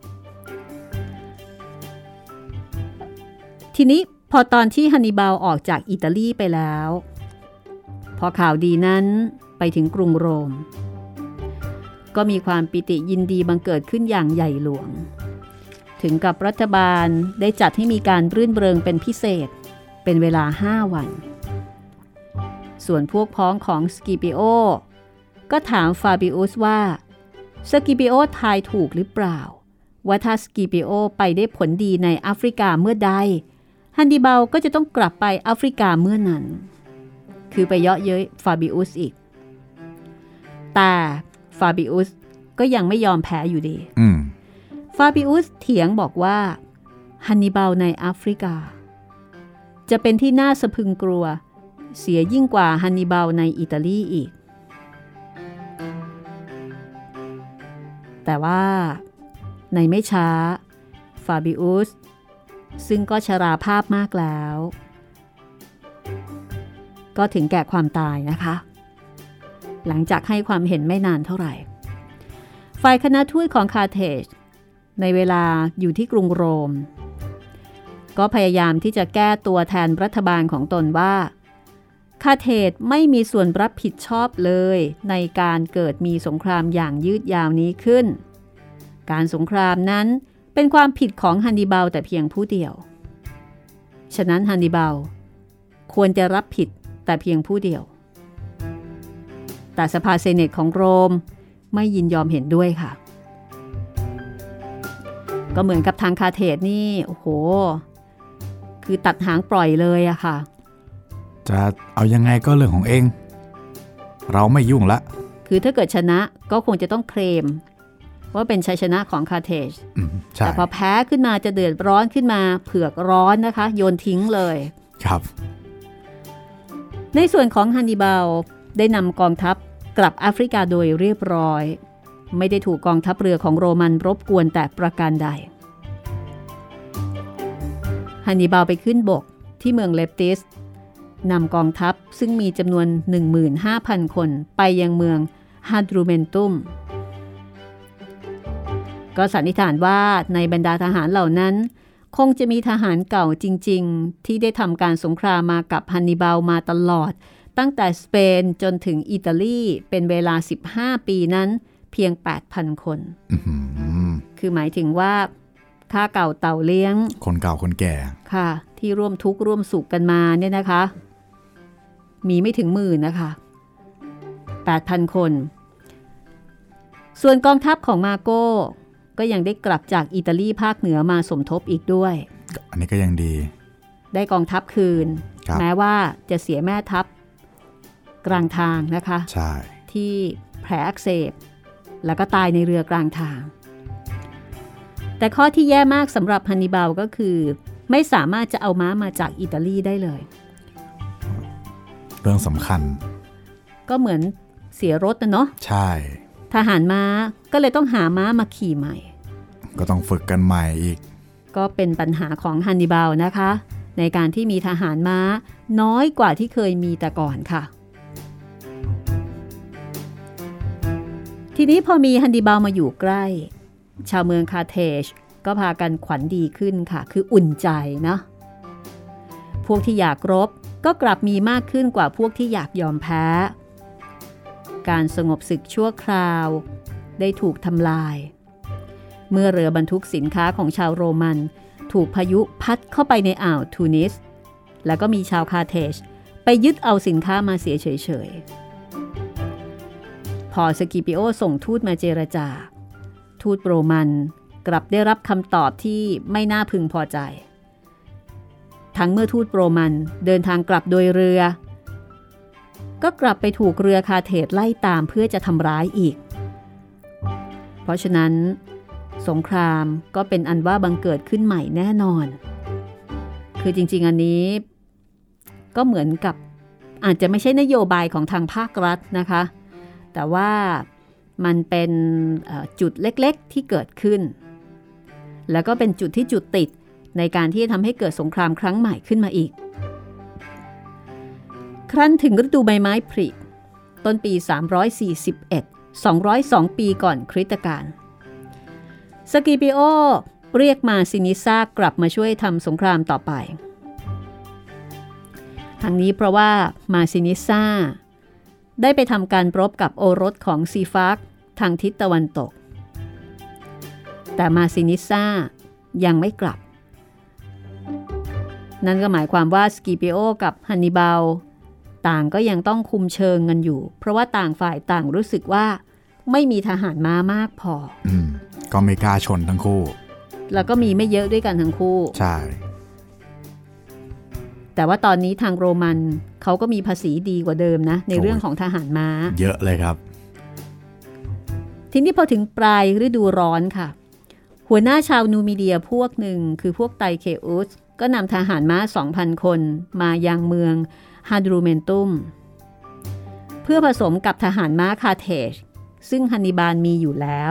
Speaker 2: ทีนี้พอตอนที่ฮันนิบาลออกจากอิตาลีไปแล้วพอข่าวดีนั้นไปถึงกรุงโรมก็มีความปิติยินดีบังเกิดขึ้นอย่างใหญ่หลวงถึงกับรัฐบาลได้จัดให้มีการรื่นเริงเป็นพิเศษเป็นเวลา5 วันส่วนพวกพ้องของสกิปิโอก็ถามฟาบิอุสว่าสกิปิโอทายถูกหรือเปล่าว่าถ้าสกิปิโอไปได้ผลดีในแอฟริกาเมื่อใดฮันนิบาลก็จะต้องกลับไปแอฟริกาเมื่อนั้นคือไปเยาะเย้ยฟาบิอุสอีกแต่ฟาบิอุสก็ยังไม่ยอมแพ้อยู่ดีฟาบิอุสเถียงบอกว่าฮันนิบาลในแอฟริกาจะเป็นที่น่าสะพรึงกลัวเสียยิ่งกว่าฮันนิบาลในอิตาลีอีกแต่ว่าในไม่ช้าฟาบิอุสซึ่งก็ชราภาพมากแล้วก็ถึงแก่ความตายนะคะหลังจากให้ความเห็นไม่นานเท่าไหร่ฝ่ายคณะทูตของคาร์เทจในเวลาอยู่ที่กรุงโรมก็พยายามที่จะแก้ตัวแทนรัฐบาลของตนว่าคาร์เทจไม่มีส่วนรับผิดชอบเลยในการเกิดมีสงครามอย่างยืดยาวนี้ขึ้นการสงครามนั้นเป็นความผิดของฮันนิบาลแต่เพียงผู้เดียวฉะนั้นฮันนิบาลควรจะรับผิดแต่เพียงผู้เดียวแต่สภาเซเนตของโรมไม่ยินยอมเห็นด้วยค่ะก็เหมือนกับทางคาร์เทจนี่โอ้โหคือตัดหางปล่อยเลยอะค่ะ
Speaker 1: จะเอายังไงก็เรื่องของเองเราไม่ยุ่งละ
Speaker 2: คือถ้าเกิดชนะก็คงจะต้องเคลมว่าเป็นชัยชนะของคาร์เทจแต่พอแพ้ขึ้นมาจะเดือดร้อนขึ้นมาเผือกร้อนนะคะโยนทิ้งเลย
Speaker 1: ครับ
Speaker 2: ในส่วนของฮันนิบาลได้นำกองทัพกลับแอฟริกาโดยเรียบร้อยไม่ได้ถูกกองทัพเรือของโรมันรบกวนแต่ประการใดฮันนิบาลไปขึ้นบกที่เมืองเลปติสนำกองทัพซึ่งมีจำนวน 15,000 คนไปยังเมืองฮาดรูเมนตุมก็สันนิษฐานว่าในบรรดาทหารเหล่านั้นคงจะมีทหารเก่าจริงๆที่ได้ทำการสงครามมากับฮันนิบาลมาตลอดตั้งแต่สเปนจนถึงอิตาลีเป็นเวลา15 ปีนั้นเพียง 8,000 คนคือหมายถึงว่าข้าเก่าเต่าเลี้ยง
Speaker 1: คนเก่าคนแก่
Speaker 2: ค่ะที่ร่วมทุกข์ร่วมสุขกันมาเนี่ยนะคะมีไม่ถึง10,000นะคะ 8,000 คนส่วนกองทัพของมาโก้ก็ยังได้กลับจากอิตาลีภาคเหนือมาสมทบอีกด้วย
Speaker 1: อันนี้ก็ยังดี
Speaker 2: ได้กองทัพคืนแม้ว่าจะเสียแม่ทัพกลางทางนะคะ
Speaker 1: ใช่
Speaker 2: ที่แผลอักเสบแล้วก็ตายในเรือกลางทางแต่ข้อที่แย่มากสำหรับฮันนิบาลก็คือไม่สามารถจะเอาม้ามาจากอิตาลีได้เลย
Speaker 1: เรื่องสำคัญ
Speaker 2: ก็เหมือนเสียรถนะเนาะ
Speaker 1: ใช่
Speaker 2: ทหารม้าก็เลยต้องหาม้ามาขี่ใหม่
Speaker 1: ก็ต้องฝึกกันใหม่อีก
Speaker 2: ก็เป็นปัญหาของฮันนิบาลนะคะในการที่มีทหารม้าน้อยกว่าที่เคยมีแต่ก่อนค่ะทีนี้พอมีฮันนิบาลมาอยู่ใกล้ชาวเมืองคาร์เทจก็พากันขวัญดีขึ้นค่ะคืออุ่นใจนะพวกที่อยากรบก็กลับมีมากขึ้นกว่าพวกที่อยากยอมแพ้การสงบศึกชั่วคราวได้ถูกทำลายเมื่อเรือบรรทุกสินค้าของชาวโรมันถูกพายุพัดเข้าไปในอ่าวทูนิสแล้วก็มีชาวคาร์เทจไปยึดเอาสินค้ามาเสียเฉยพอสกิปิโอส่งทูตมาเจรจาทูตโรมันกลับได้รับคำตอบที่ไม่น่าพึงพอใจทั้งเมื่อทูตโรมันเดินทางกลับโดยเรือก็กลับไปถูกเรือคาร์เธจไล่ตามเพื่อจะทำร้ายอีกเพราะฉะนั้นสงครามก็เป็นอันว่าบังเกิดขึ้นใหม่แน่นอนคือจริงๆอันนี้ก็เหมือนกับอาจจะไม่ใช่นโยบายของทางภาครัฐนะคะแต่ว่ามันเป็นจุดเล็กๆที่เกิดขึ้นแล้วก็เป็นจุดที่จุดติดในการที่จะทำให้เกิดสงครามครั้งใหม่ขึ้นมาอีกครั้นถึงฤดูใบไม้ผลิต้นปี341 202 ปีก่อนคริสตกาลสกิปิโอเรียกมาซินิซากลับมาช่วยทำสงครามต่อไปทั้งนี้เพราะว่ามาซินิซาได้ไปทำการรบกับโอรสของซีฟาร์กทางทิศตะวันตกแต่มาซินิซายังไม่กลับนั่นก็หมายความว่าสกิปิโอกับฮันนิบาลต่างก็ยังต้องคุมเชิงกันอยู่เพราะว่าต่างฝ่ายต่างรู้สึกว่าไม่มีทหารม้ามากพอ
Speaker 1: ก็ไม่กล้าชนทั้งคู่
Speaker 2: แล้วก็มีไม่เยอะด้วยกันทั้งคู่
Speaker 1: ใช่
Speaker 2: แต่ว่าตอนนี้ทางโรมันเขาก็มีภาษีดีกว่าเดิมนะในเรื่องของทหารม้า
Speaker 1: เยอะเลยครับ
Speaker 2: ทีนี้พอถึงปลายฤดูร้อนค่ะหัวหน้าชาวนูมิเดียพวกหนึ่งคือพวกไตเคอุสก็นำทหารม้า 2,000 คนมายังเมืองฮาดรูเมนตุมเพื่อผสมกับทหารม้าคาร์เธจซึ่งฮันนิบาลมีอยู่แล้ว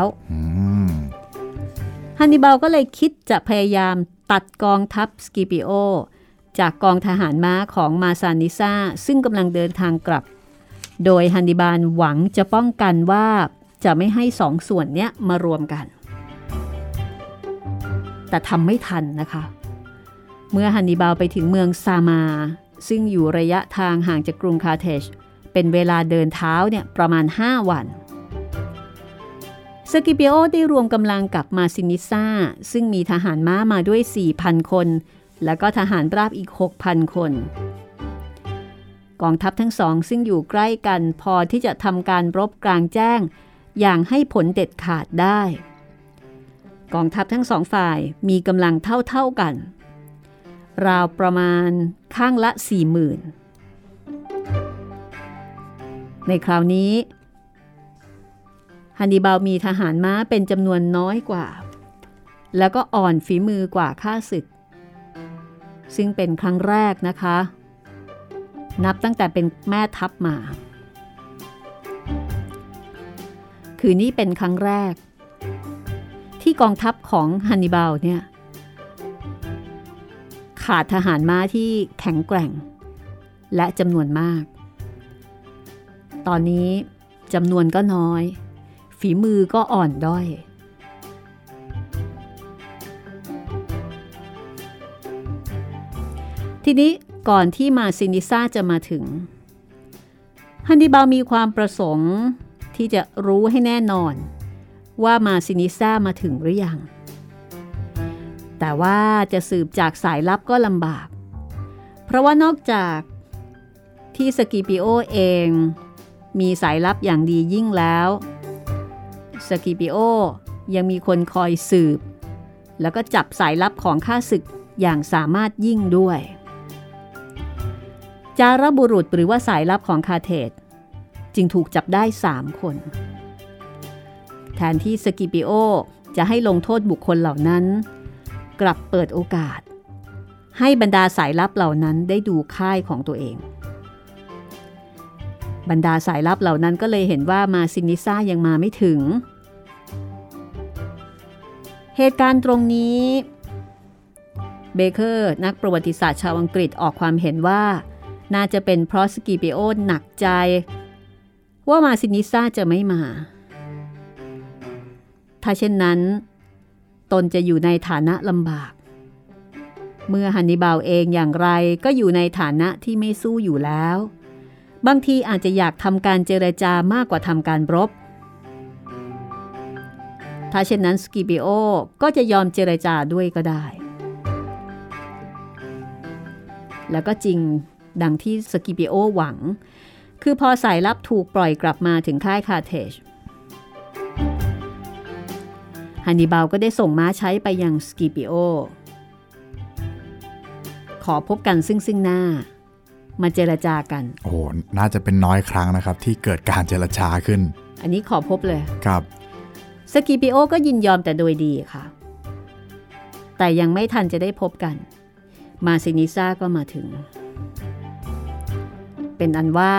Speaker 2: ฮันนิบาลก็เลยคิดจะพยายามตัดกองทัพสกิปิโอจากกองทหารม้าของมาซานิซาซึ่งกำลังเดินทางกลับโดยฮันนิบาลหวังจะป้องกันว่าจะไม่ให้สองส่วนเนี้ยมารวมกันแต่ทำไม่ทันนะคะเมื่อฮันนิบาลไปถึงเมืองซามาซึ่งอยู่ระยะทางห่างจากกรุงคาร์เธจเป็นเวลาเดินเท้าเนี่ยประมาณ5 วันสกิปิโอได้รวมกำลังกับมาซินิซาซึ่งมีทหารม้ามาด้วย 4,000 คนแล้วก็ทหารราบอีก 6,000 คนกองทัพทั้งสองซึ่งอยู่ใกล้กันพอที่จะทำการรบกลางแจ้งอย่างให้ผลเด็ดขาดได้กองทัพทั้งสองฝ่ายมีกำลังเท่ากันราวประมาณข้างละ 40,000 ในคราวนี้ฮันนิบาลมีทหารม้าเป็นจำนวนน้อยกว่าแล้วก็อ่อนฝีมือกว่าข้าศึกซึ่งเป็นครั้งแรกนะคะนับตั้งแต่เป็นแม่ทัพมาคือนี่เป็นครั้งแรกที่กองทัพของฮันนิบาลเนี่ยขาดทหารม้าที่แข็งแกร่งและจำนวนมากตอนนี้จำนวนก็น้อยฝีมือก็อ่อนด้อยทีนี้ก่อนที่มาซินิซาจะมาถึงฮันนิบาลมีความประสงค์ที่จะรู้ให้แน่นอนว่ามาซินิซามาถึงหรือยังแต่ว่าจะสืบจากสายลับก็ลำบากเพราะว่านอกจากที่สกิปิโอเองมีสายลับอย่างดียิ่งแล้วสกิปิโอยังมีคนคอยสืบแล้วก็จับสายลับของข้าศึกอย่างสามารถยิ่งด้วยจารบุรุษหรือว่าสายลับของคาร์เธจจึงถูกจับได้3 คนแทนที่สกิปิโอจะให้ลงโทษบุคคลเหล่านั้นกลับเปิดโอกาสให้บรรดาสายลับเหล่านั้นได้ดูค่ายของตัวเองบรรดาสายลับเหล่านั้นก็เลยเห็นว่ามาซินิซายังมาไม่ถึงเหตุการณ์ตรงนี้เบเกอร์นักประวัติศาสตร์ชาวอังกฤษออกความเห็นว่าน่าจะเป็นเพราะสกิปิโอหนักใจว่ามาซินิซาจะไม่มาถ้าเช่นนั้นตนจะอยู่ในฐานะลำบากเมื่อฮันนิบาลเองอย่างไรก็อยู่ในฐานะที่ไม่สู้อยู่แล้วบางทีอาจจะอยากทำการเจรจามากกว่าทำการรบถ้าเช่นนั้นสกิปิโอก็จะยอมเจรจาด้วยก็ได้แล้วก็จริงดังที่สกิปิโอหวังคือพอสายลับถูกปล่อยกลับมาถึงค่ายคาร์เทจฮันนิบาลก็ได้ส่งม้าใช้ไปยังสกิปิโอขอพบกันซึ่งหน้ามาเจรจากัน
Speaker 1: โอ้โหน่าจะเป็นน้อยครั้งนะครับที่เกิดการเจรจาขึ้น
Speaker 2: อันนี้ขอพบเลย
Speaker 1: ครับ
Speaker 2: สกิปิโอก็ยินยอมแต่โดยดีค่ะแต่ยังไม่ทันจะได้พบกันมาซินิซ่าก็มาถึงเป็นอันว่า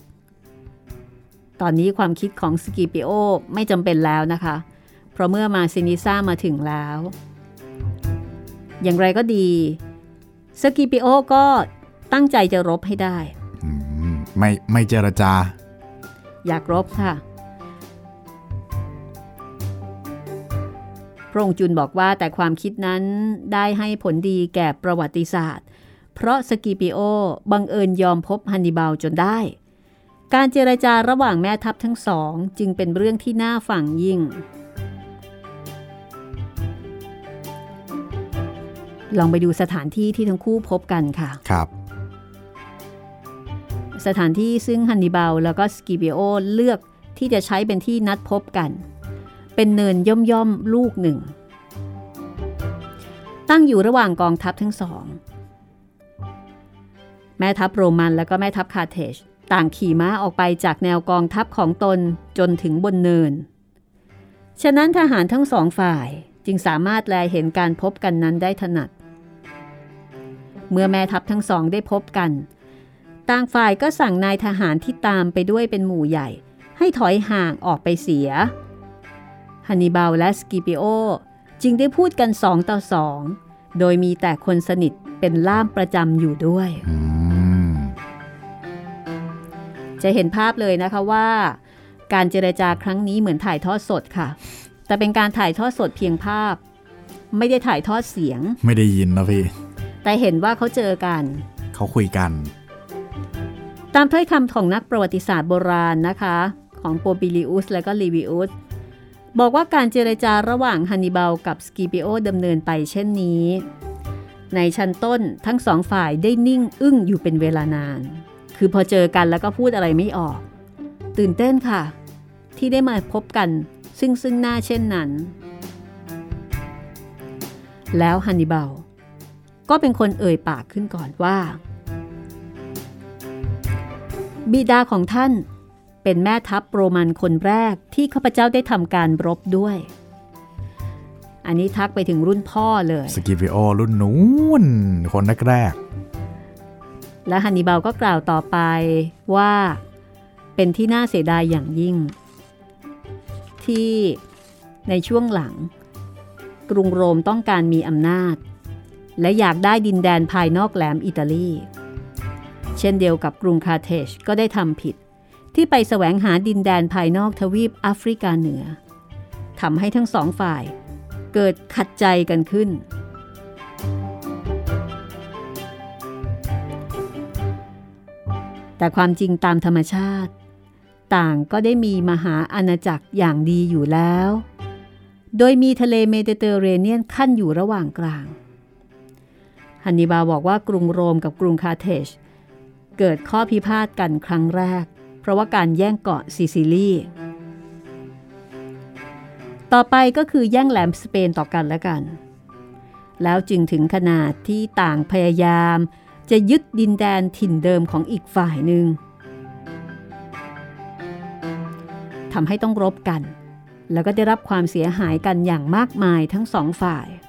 Speaker 2: ตอนนี้ความคิดของสกิปิโอไม่จำเป็นแล้วนะคะเพราะเมื่อมาซินิซ่ามาถึงแล้วอย่างไรก็ดีสกิปิโอก็ตั้งใจจะรบให้ได้
Speaker 1: ไม่เจรจา
Speaker 2: อยากรบค่ะพระองค์จุนบอกว่าแต่ความคิดนั้นได้ให้ผลดีแก่ประวัติศาสตร์เพราะสกิปิโอบังเอิญยอมพบฮันนิบาลจนได้การเจรจาระหว่างแม่ทัพทั้งสองจึงเป็นเรื่องที่น่าฟังยิ่งลองไปดูสถานที่ที่ทั้งคู่พบกันค่ะ
Speaker 1: ครับ
Speaker 2: สถานที่ซึ่งฮันนิบาลแล้วก็สกิปิโอเลือกที่จะใช้เป็นที่นัดพบกันเป็นเนินย่อมลูกหนึ่งตั้งอยู่ระหว่างกองทัพทั้งสองแม่ทัพโรมันและก็แม่ทัพคาร์เทจต่างขี่ม้าออกไปจากแนวกองทัพของตนจนถึงบนเนินฉะนั้นทหารทั้งสองฝ่ายจึงสามารถแลเห็นการพบกันนั้นได้ถนัดเมื่อแม่ทัพทั้งสองได้พบกันต่างฝ่ายก็สั่งนายทหารที่ตามไปด้วยเป็นหมู่ใหญ่ให้ถอยห่างออกไปเสียฮันนิบาลและสกิปิโอจึงได้พูดกัน2 ต่อ 2โดยมีแต่คนสนิทเป็นล่ามประจำอยู่ด้วยจะเห็นภาพเลยนะคะว่าการเจรจาครั้งนี้เหมือนถ่ายทอดสดค่ะแต่เป็นการถ่ายทอดสดเพียงภาพไม่ได้ถ่ายทอดเสียง
Speaker 1: ไม่ได้ยินนะพี่
Speaker 2: แต่เห็นว่าเขาเจอกัน
Speaker 1: เขาคุยกัน
Speaker 2: ตามถ้อยคำของนักประวัติศาสตร์โบราณนะคะของโปปิลิอุสและก็ลิวิอุสบอกว่าการเจรจาระหว่างฮันนิบาลกับสกิปิโอดำเนินไปเช่นนี้ในชั้นต้นทั้งสองฝ่ายได้นิ่งอึ้งอยู่เป็นเวลานานคือพอเจอกันแล้วก็พูดอะไรไม่ออกตื่นเต้นค่ะที่ได้มาพบกันซึ่งหน้าเช่นนั้นแล้วฮันนิบาลก็เป็นคนเอ่ยปากขึ้นก่อนว่าบิดาของท่านเป็นแม่ทัพโรมันคนแรกที่ข้าพเจ้าได้ทำการรบด้วยอันนี้ทักไปถึงรุ่นพ่อเลย
Speaker 1: สกิปิโอรุ่นนู้นคนแรก
Speaker 2: และฮันนิบาลก็กล่าวต่อไปว่าเป็นที่น่าเสียดายอย่างยิ่งที่ในช่วงหลังกรุงโรมต้องการมีอำนาจและอยากได้ดินแดนภายนอกแหลมอิตาลีเช่นเดียวกับกรุงคาร์เทจก็ได้ทำผิดที่ไปแสวงหาดินแดนภายนอกทวีปแอฟริกาเหนือทำให้ทั้งสองฝ่ายเกิดขัดใจกันขึ้นแต่ความจริงตามธรรมชาติต่างก็ได้มีมหาอาณาจักรอย่างดีอยู่แล้วโดยมีทะเลเมดิเตอร์เรเนียนขั้นอยู่ระหว่างกลางฮันนิบาลบอกว่ากรุงโรมกับกรุงคาร์เทจเกิดข้อพิพาทกันครั้งแรกเพราะว่าการแย่งเกาะซิซิลีต่อไปก็คือแย่งแหลมสเปนต่อกันและกันแล้วจึงถึงขนาดที่ต่างพยายามจะยึดดินแดนถิ่นเดิมของอีกฝ่ายหนึ่งทำให้ต้องรบกันแล้วก็ได้รับความเสียหายกันอย่างมากมายทั้งสองฝ่าย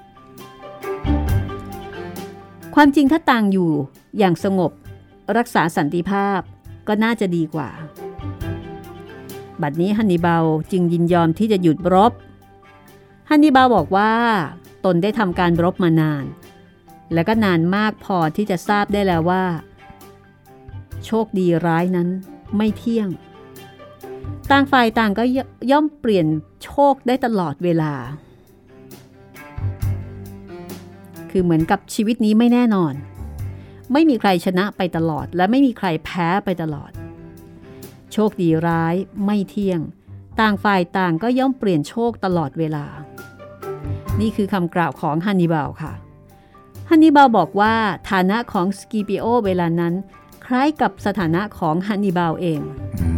Speaker 2: ความจริงถ้าต่างอยู่อย่างสงบรักษาสันติภาพก็น่าจะดีกว่าบัดนี้ฮันนิบาลจึงยินยอมที่จะหยุดรบฮันนิบาลบอกว่าตนได้ทำการรบมานานและก็นานมากพอที่จะทราบได้แล้วว่าโชคดีร้ายนั้นไม่เที่ยงต่างฝ่ายต่างก็ย่อมเปลี่ยนโชคได้ตลอดเวลาคือเหมือนกับชีวิตนี้ไม่แน่นอนไม่มีใครชนะไปตลอดและไม่มีใครแพ้ไปตลอดโชคดีร้ายไม่เที่ยงต่างฝ่ายต่างก็ย่อมเปลี่ยนโชคตลอดเวลานี่คือคำกล่าวของฮันนิบาลค่ะฮันนิบาลบอกว่าฐานะของสกิปิโอเวลานั้นใคล้ายกับสถานะของฮันนิบาลเอง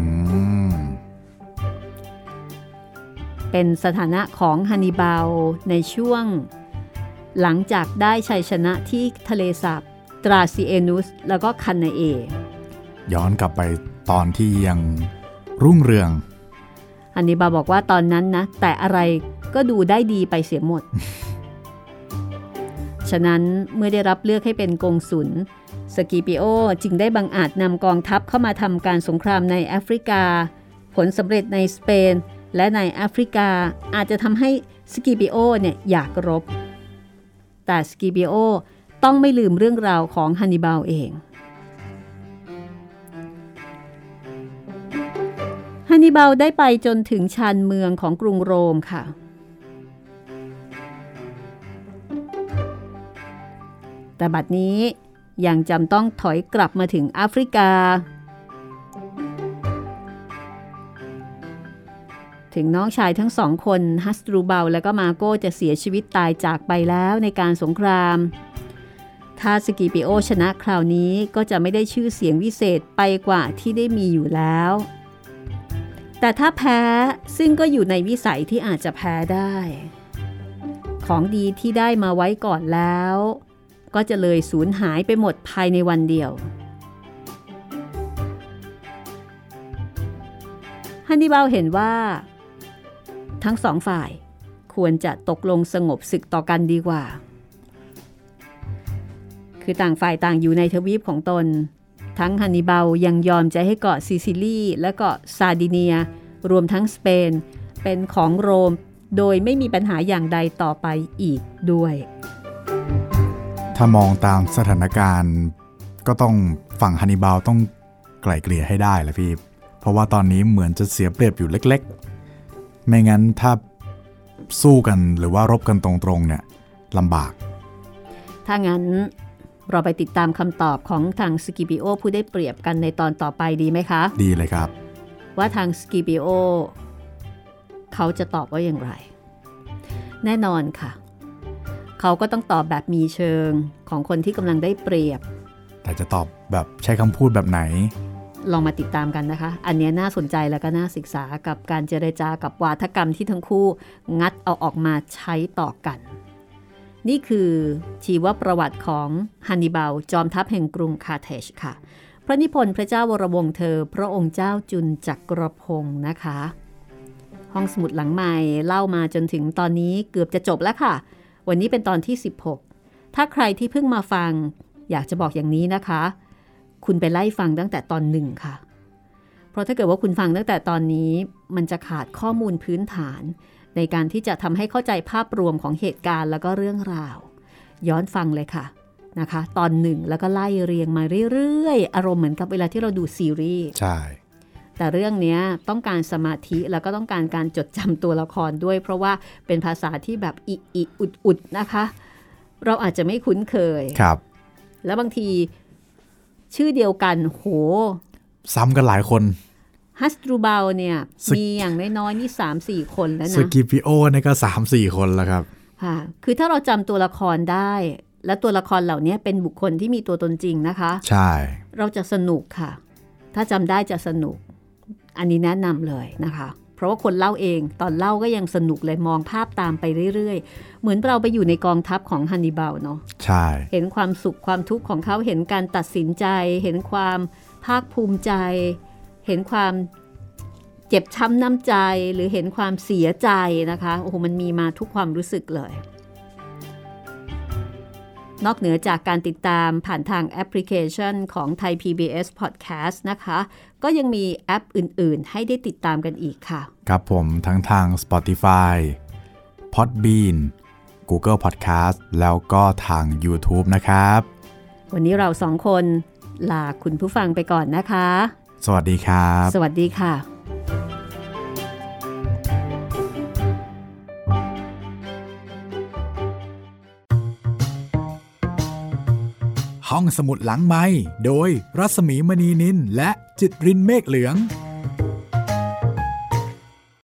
Speaker 2: เป็นสถานะของฮันนิบาลในช่วงหลังจากได้ชัยชนะที่ทะเลสาบตราซิเอนุสแล้วก็คันนาเอ
Speaker 1: ย้อนกลับไปตอนที่ยังรุ่งเรือง
Speaker 2: ฮันนิบาลบอกว่าตอนนั้นนะแต่อะไรก็ดูได้ดีไปเสียหมด ฉะนั้นเมื่อได้รับเลือกให้เป็นกงสุลสกิปิโอจึงได้บังอาจนำกองทัพเข้ามาทำการสงครามในแอฟริกาผลสำเร็จในสเปนและในแอฟริกาอาจจะทำให้สกิปิโอเนี่ยอยากรบแต่สกิปิโอต้องไม่ลืมเรื่องราวของฮันนิบาลเองฮันนิบาลได้ไปจนถึงชานเมืองของกรุงโรมค่ะแต่บัดนี้ยังจำต้องถอยกลับมาถึงแอฟริกาถึงน้องชายทั้งสองคนฮัสตรูเบลและก็มาโกจะเสียชีวิตตายจากไปแล้วในการสงครามถ้าสกิปิโอชนะคราวนี้ก็จะไม่ได้ชื่อเสียงวิเศษไปกว่าที่ได้มีอยู่แล้วแต่ถ้าแพ้ซึ่งก็อยู่ในวิสัยที่อาจจะแพ้ได้ของดีที่ได้มาไว้ก่อนแล้วก็จะเลยสูญหายไปหมดภายในวันเดียวฮันนิบาลเห็นว่าทั้งสองฝ่ายควรจะตกลงสงบศึกต่อกันดีกว่าคือต่างฝ่ายต่างอยู่ในทวีปของตนทั้งฮันนิบาลยังยอมใจให้เกาะซิซิลีและเกาะซาร์ดิเนียรวมทั้งสเปนเป็นของโรมโดยไม่มีปัญหาอย่างใดต่อไปอีกด้วย
Speaker 1: ถ้ามองตามสถานการณ์ก็ต้องฝั่งฮันนิบาลต้องไกล่เกลี่ยให้ได้แหละพี่เพราะว่าตอนนี้เหมือนจะเสียเปรียบอยู่เล็กๆไม่งั้นถ้าสู้กันหรือว่ารบกันตรงๆเนี่ยลำบาก
Speaker 2: ถ้างั้นเราไปติดตามคำตอบของทางสกิปิโอผู้ได้เปรียบกันในตอนต่อไปดีไหมคะ
Speaker 1: ดีเลยครับ
Speaker 2: ว่าทางสกิปิโอเขาจะตอบว่าอย่างไรแน่นอนค่ะเขาก็ต้องตอบแบบมีเชิงของคนที่กำลังได้เปรียบ
Speaker 1: แต่จะตอบแบบใช้คำพูดแบบไหน
Speaker 2: ลองมาติดตามกันนะคะอันนี้น่าสนใจแล้วก็น่าศึกษากับการเจรจากับวาทกรรมที่ทั้งคู่งัดเอาออกมาใช้ต่อกันนี่คือชีวประวัติของฮันนิบาลจอมทัพแห่งกรุงคาร์เทจค่ะพระนิพนธ์พระเจ้าวรวงศ์เธอพระองค์เจ้าจุลจักรพงศ์นะคะห้องสมุดหลังใหม่เล่ามาจนถึงตอนนี้เกือบจะจบแล้วค่ะวันนี้เป็นตอนที่16ถ้าใครที่เพิ่งมาฟังอยากจะบอกอย่างนี้นะคะคุณไปไล่ฟังตั้งแต่ตอน1ค่ะเพราะถ้าเกิดว่าคุณฟังตั้งแต่ตอนนี้มันจะขาดข้อมูลพื้นฐานในการที่จะทำให้เข้าใจภาพรวมของเหตุการณ์แล้วก็เรื่องราวย้อนฟังเลยค่ะนะคะตอน1แล้วก็ไล่เรียงมาเรื่อยๆอารมณ์เหมือนกับเวลาที่เราดูซีรีส์
Speaker 1: ใช่
Speaker 2: แต่เรื่องนี้ต้องการสมาธิแล้วก็ต้องการการจดจำตัวละครด้วยเพราะว่าเป็นภาษาที่แบบอิอุดนะคะเราอาจจะไม่คุ้นเคย
Speaker 1: ครับ
Speaker 2: แล้วบางทีชื่อเดียวกันโห
Speaker 1: ซ้ำกันหลายคน
Speaker 2: ฮัสตรูเบลเนี่ยมีอย่างน้อยๆนี่ 3-4 คนแล้วนะ
Speaker 1: สกิปิโอเนี่ยก็ 3-4 คนแล้วครับ
Speaker 2: ค่ะคือถ้าเราจำตัวละครได้และตัวละครเหล่านี้เป็นบุคคลที่มีตัวตนจริงนะคะ
Speaker 1: ใช่
Speaker 2: เราจะสนุกค่ะถ้าจำได้จะสนุกอันนี้แนะนำเลยนะคะเพราะว่าคนเล่าเองตอนเล่าก็ยังสนุกเลยมองภาพตามไปเรื่อยๆเหมือนเราไปอยู่ในกองทัพของฮันนิบาลเนาะ
Speaker 1: ใช่
Speaker 2: เห็นความสุขความทุกข์ของเขาเห็นการตัดสินใจเห็นความภาคภูมิใจเห็นความเจ็บช้ำน้ำใจหรือเห็นความเสียใจนะคะโอ้โหมันมีมาทุกความรู้สึกเลยนอกเหนือจากการติดตามผ่านทางแอปพลิเคชันของ Thai PBS Podcast นะคะก็ยังมีแอปอื่นๆให้ได้ติดตามกันอีกค่ะ
Speaker 1: ครับผมทั้งทาง Spotify Podbean Google Podcast แล้วก็ทาง YouTube นะครับ
Speaker 2: วันนี้เราสองคนลาคุณผู้ฟังไปก่อนนะคะ
Speaker 1: สวัสดีครับ
Speaker 2: สวัสดีค่ะ
Speaker 1: ห้องสมุดหลังไมค์โดยรัศมีมณีนินและจิตรินเมฆเหลือง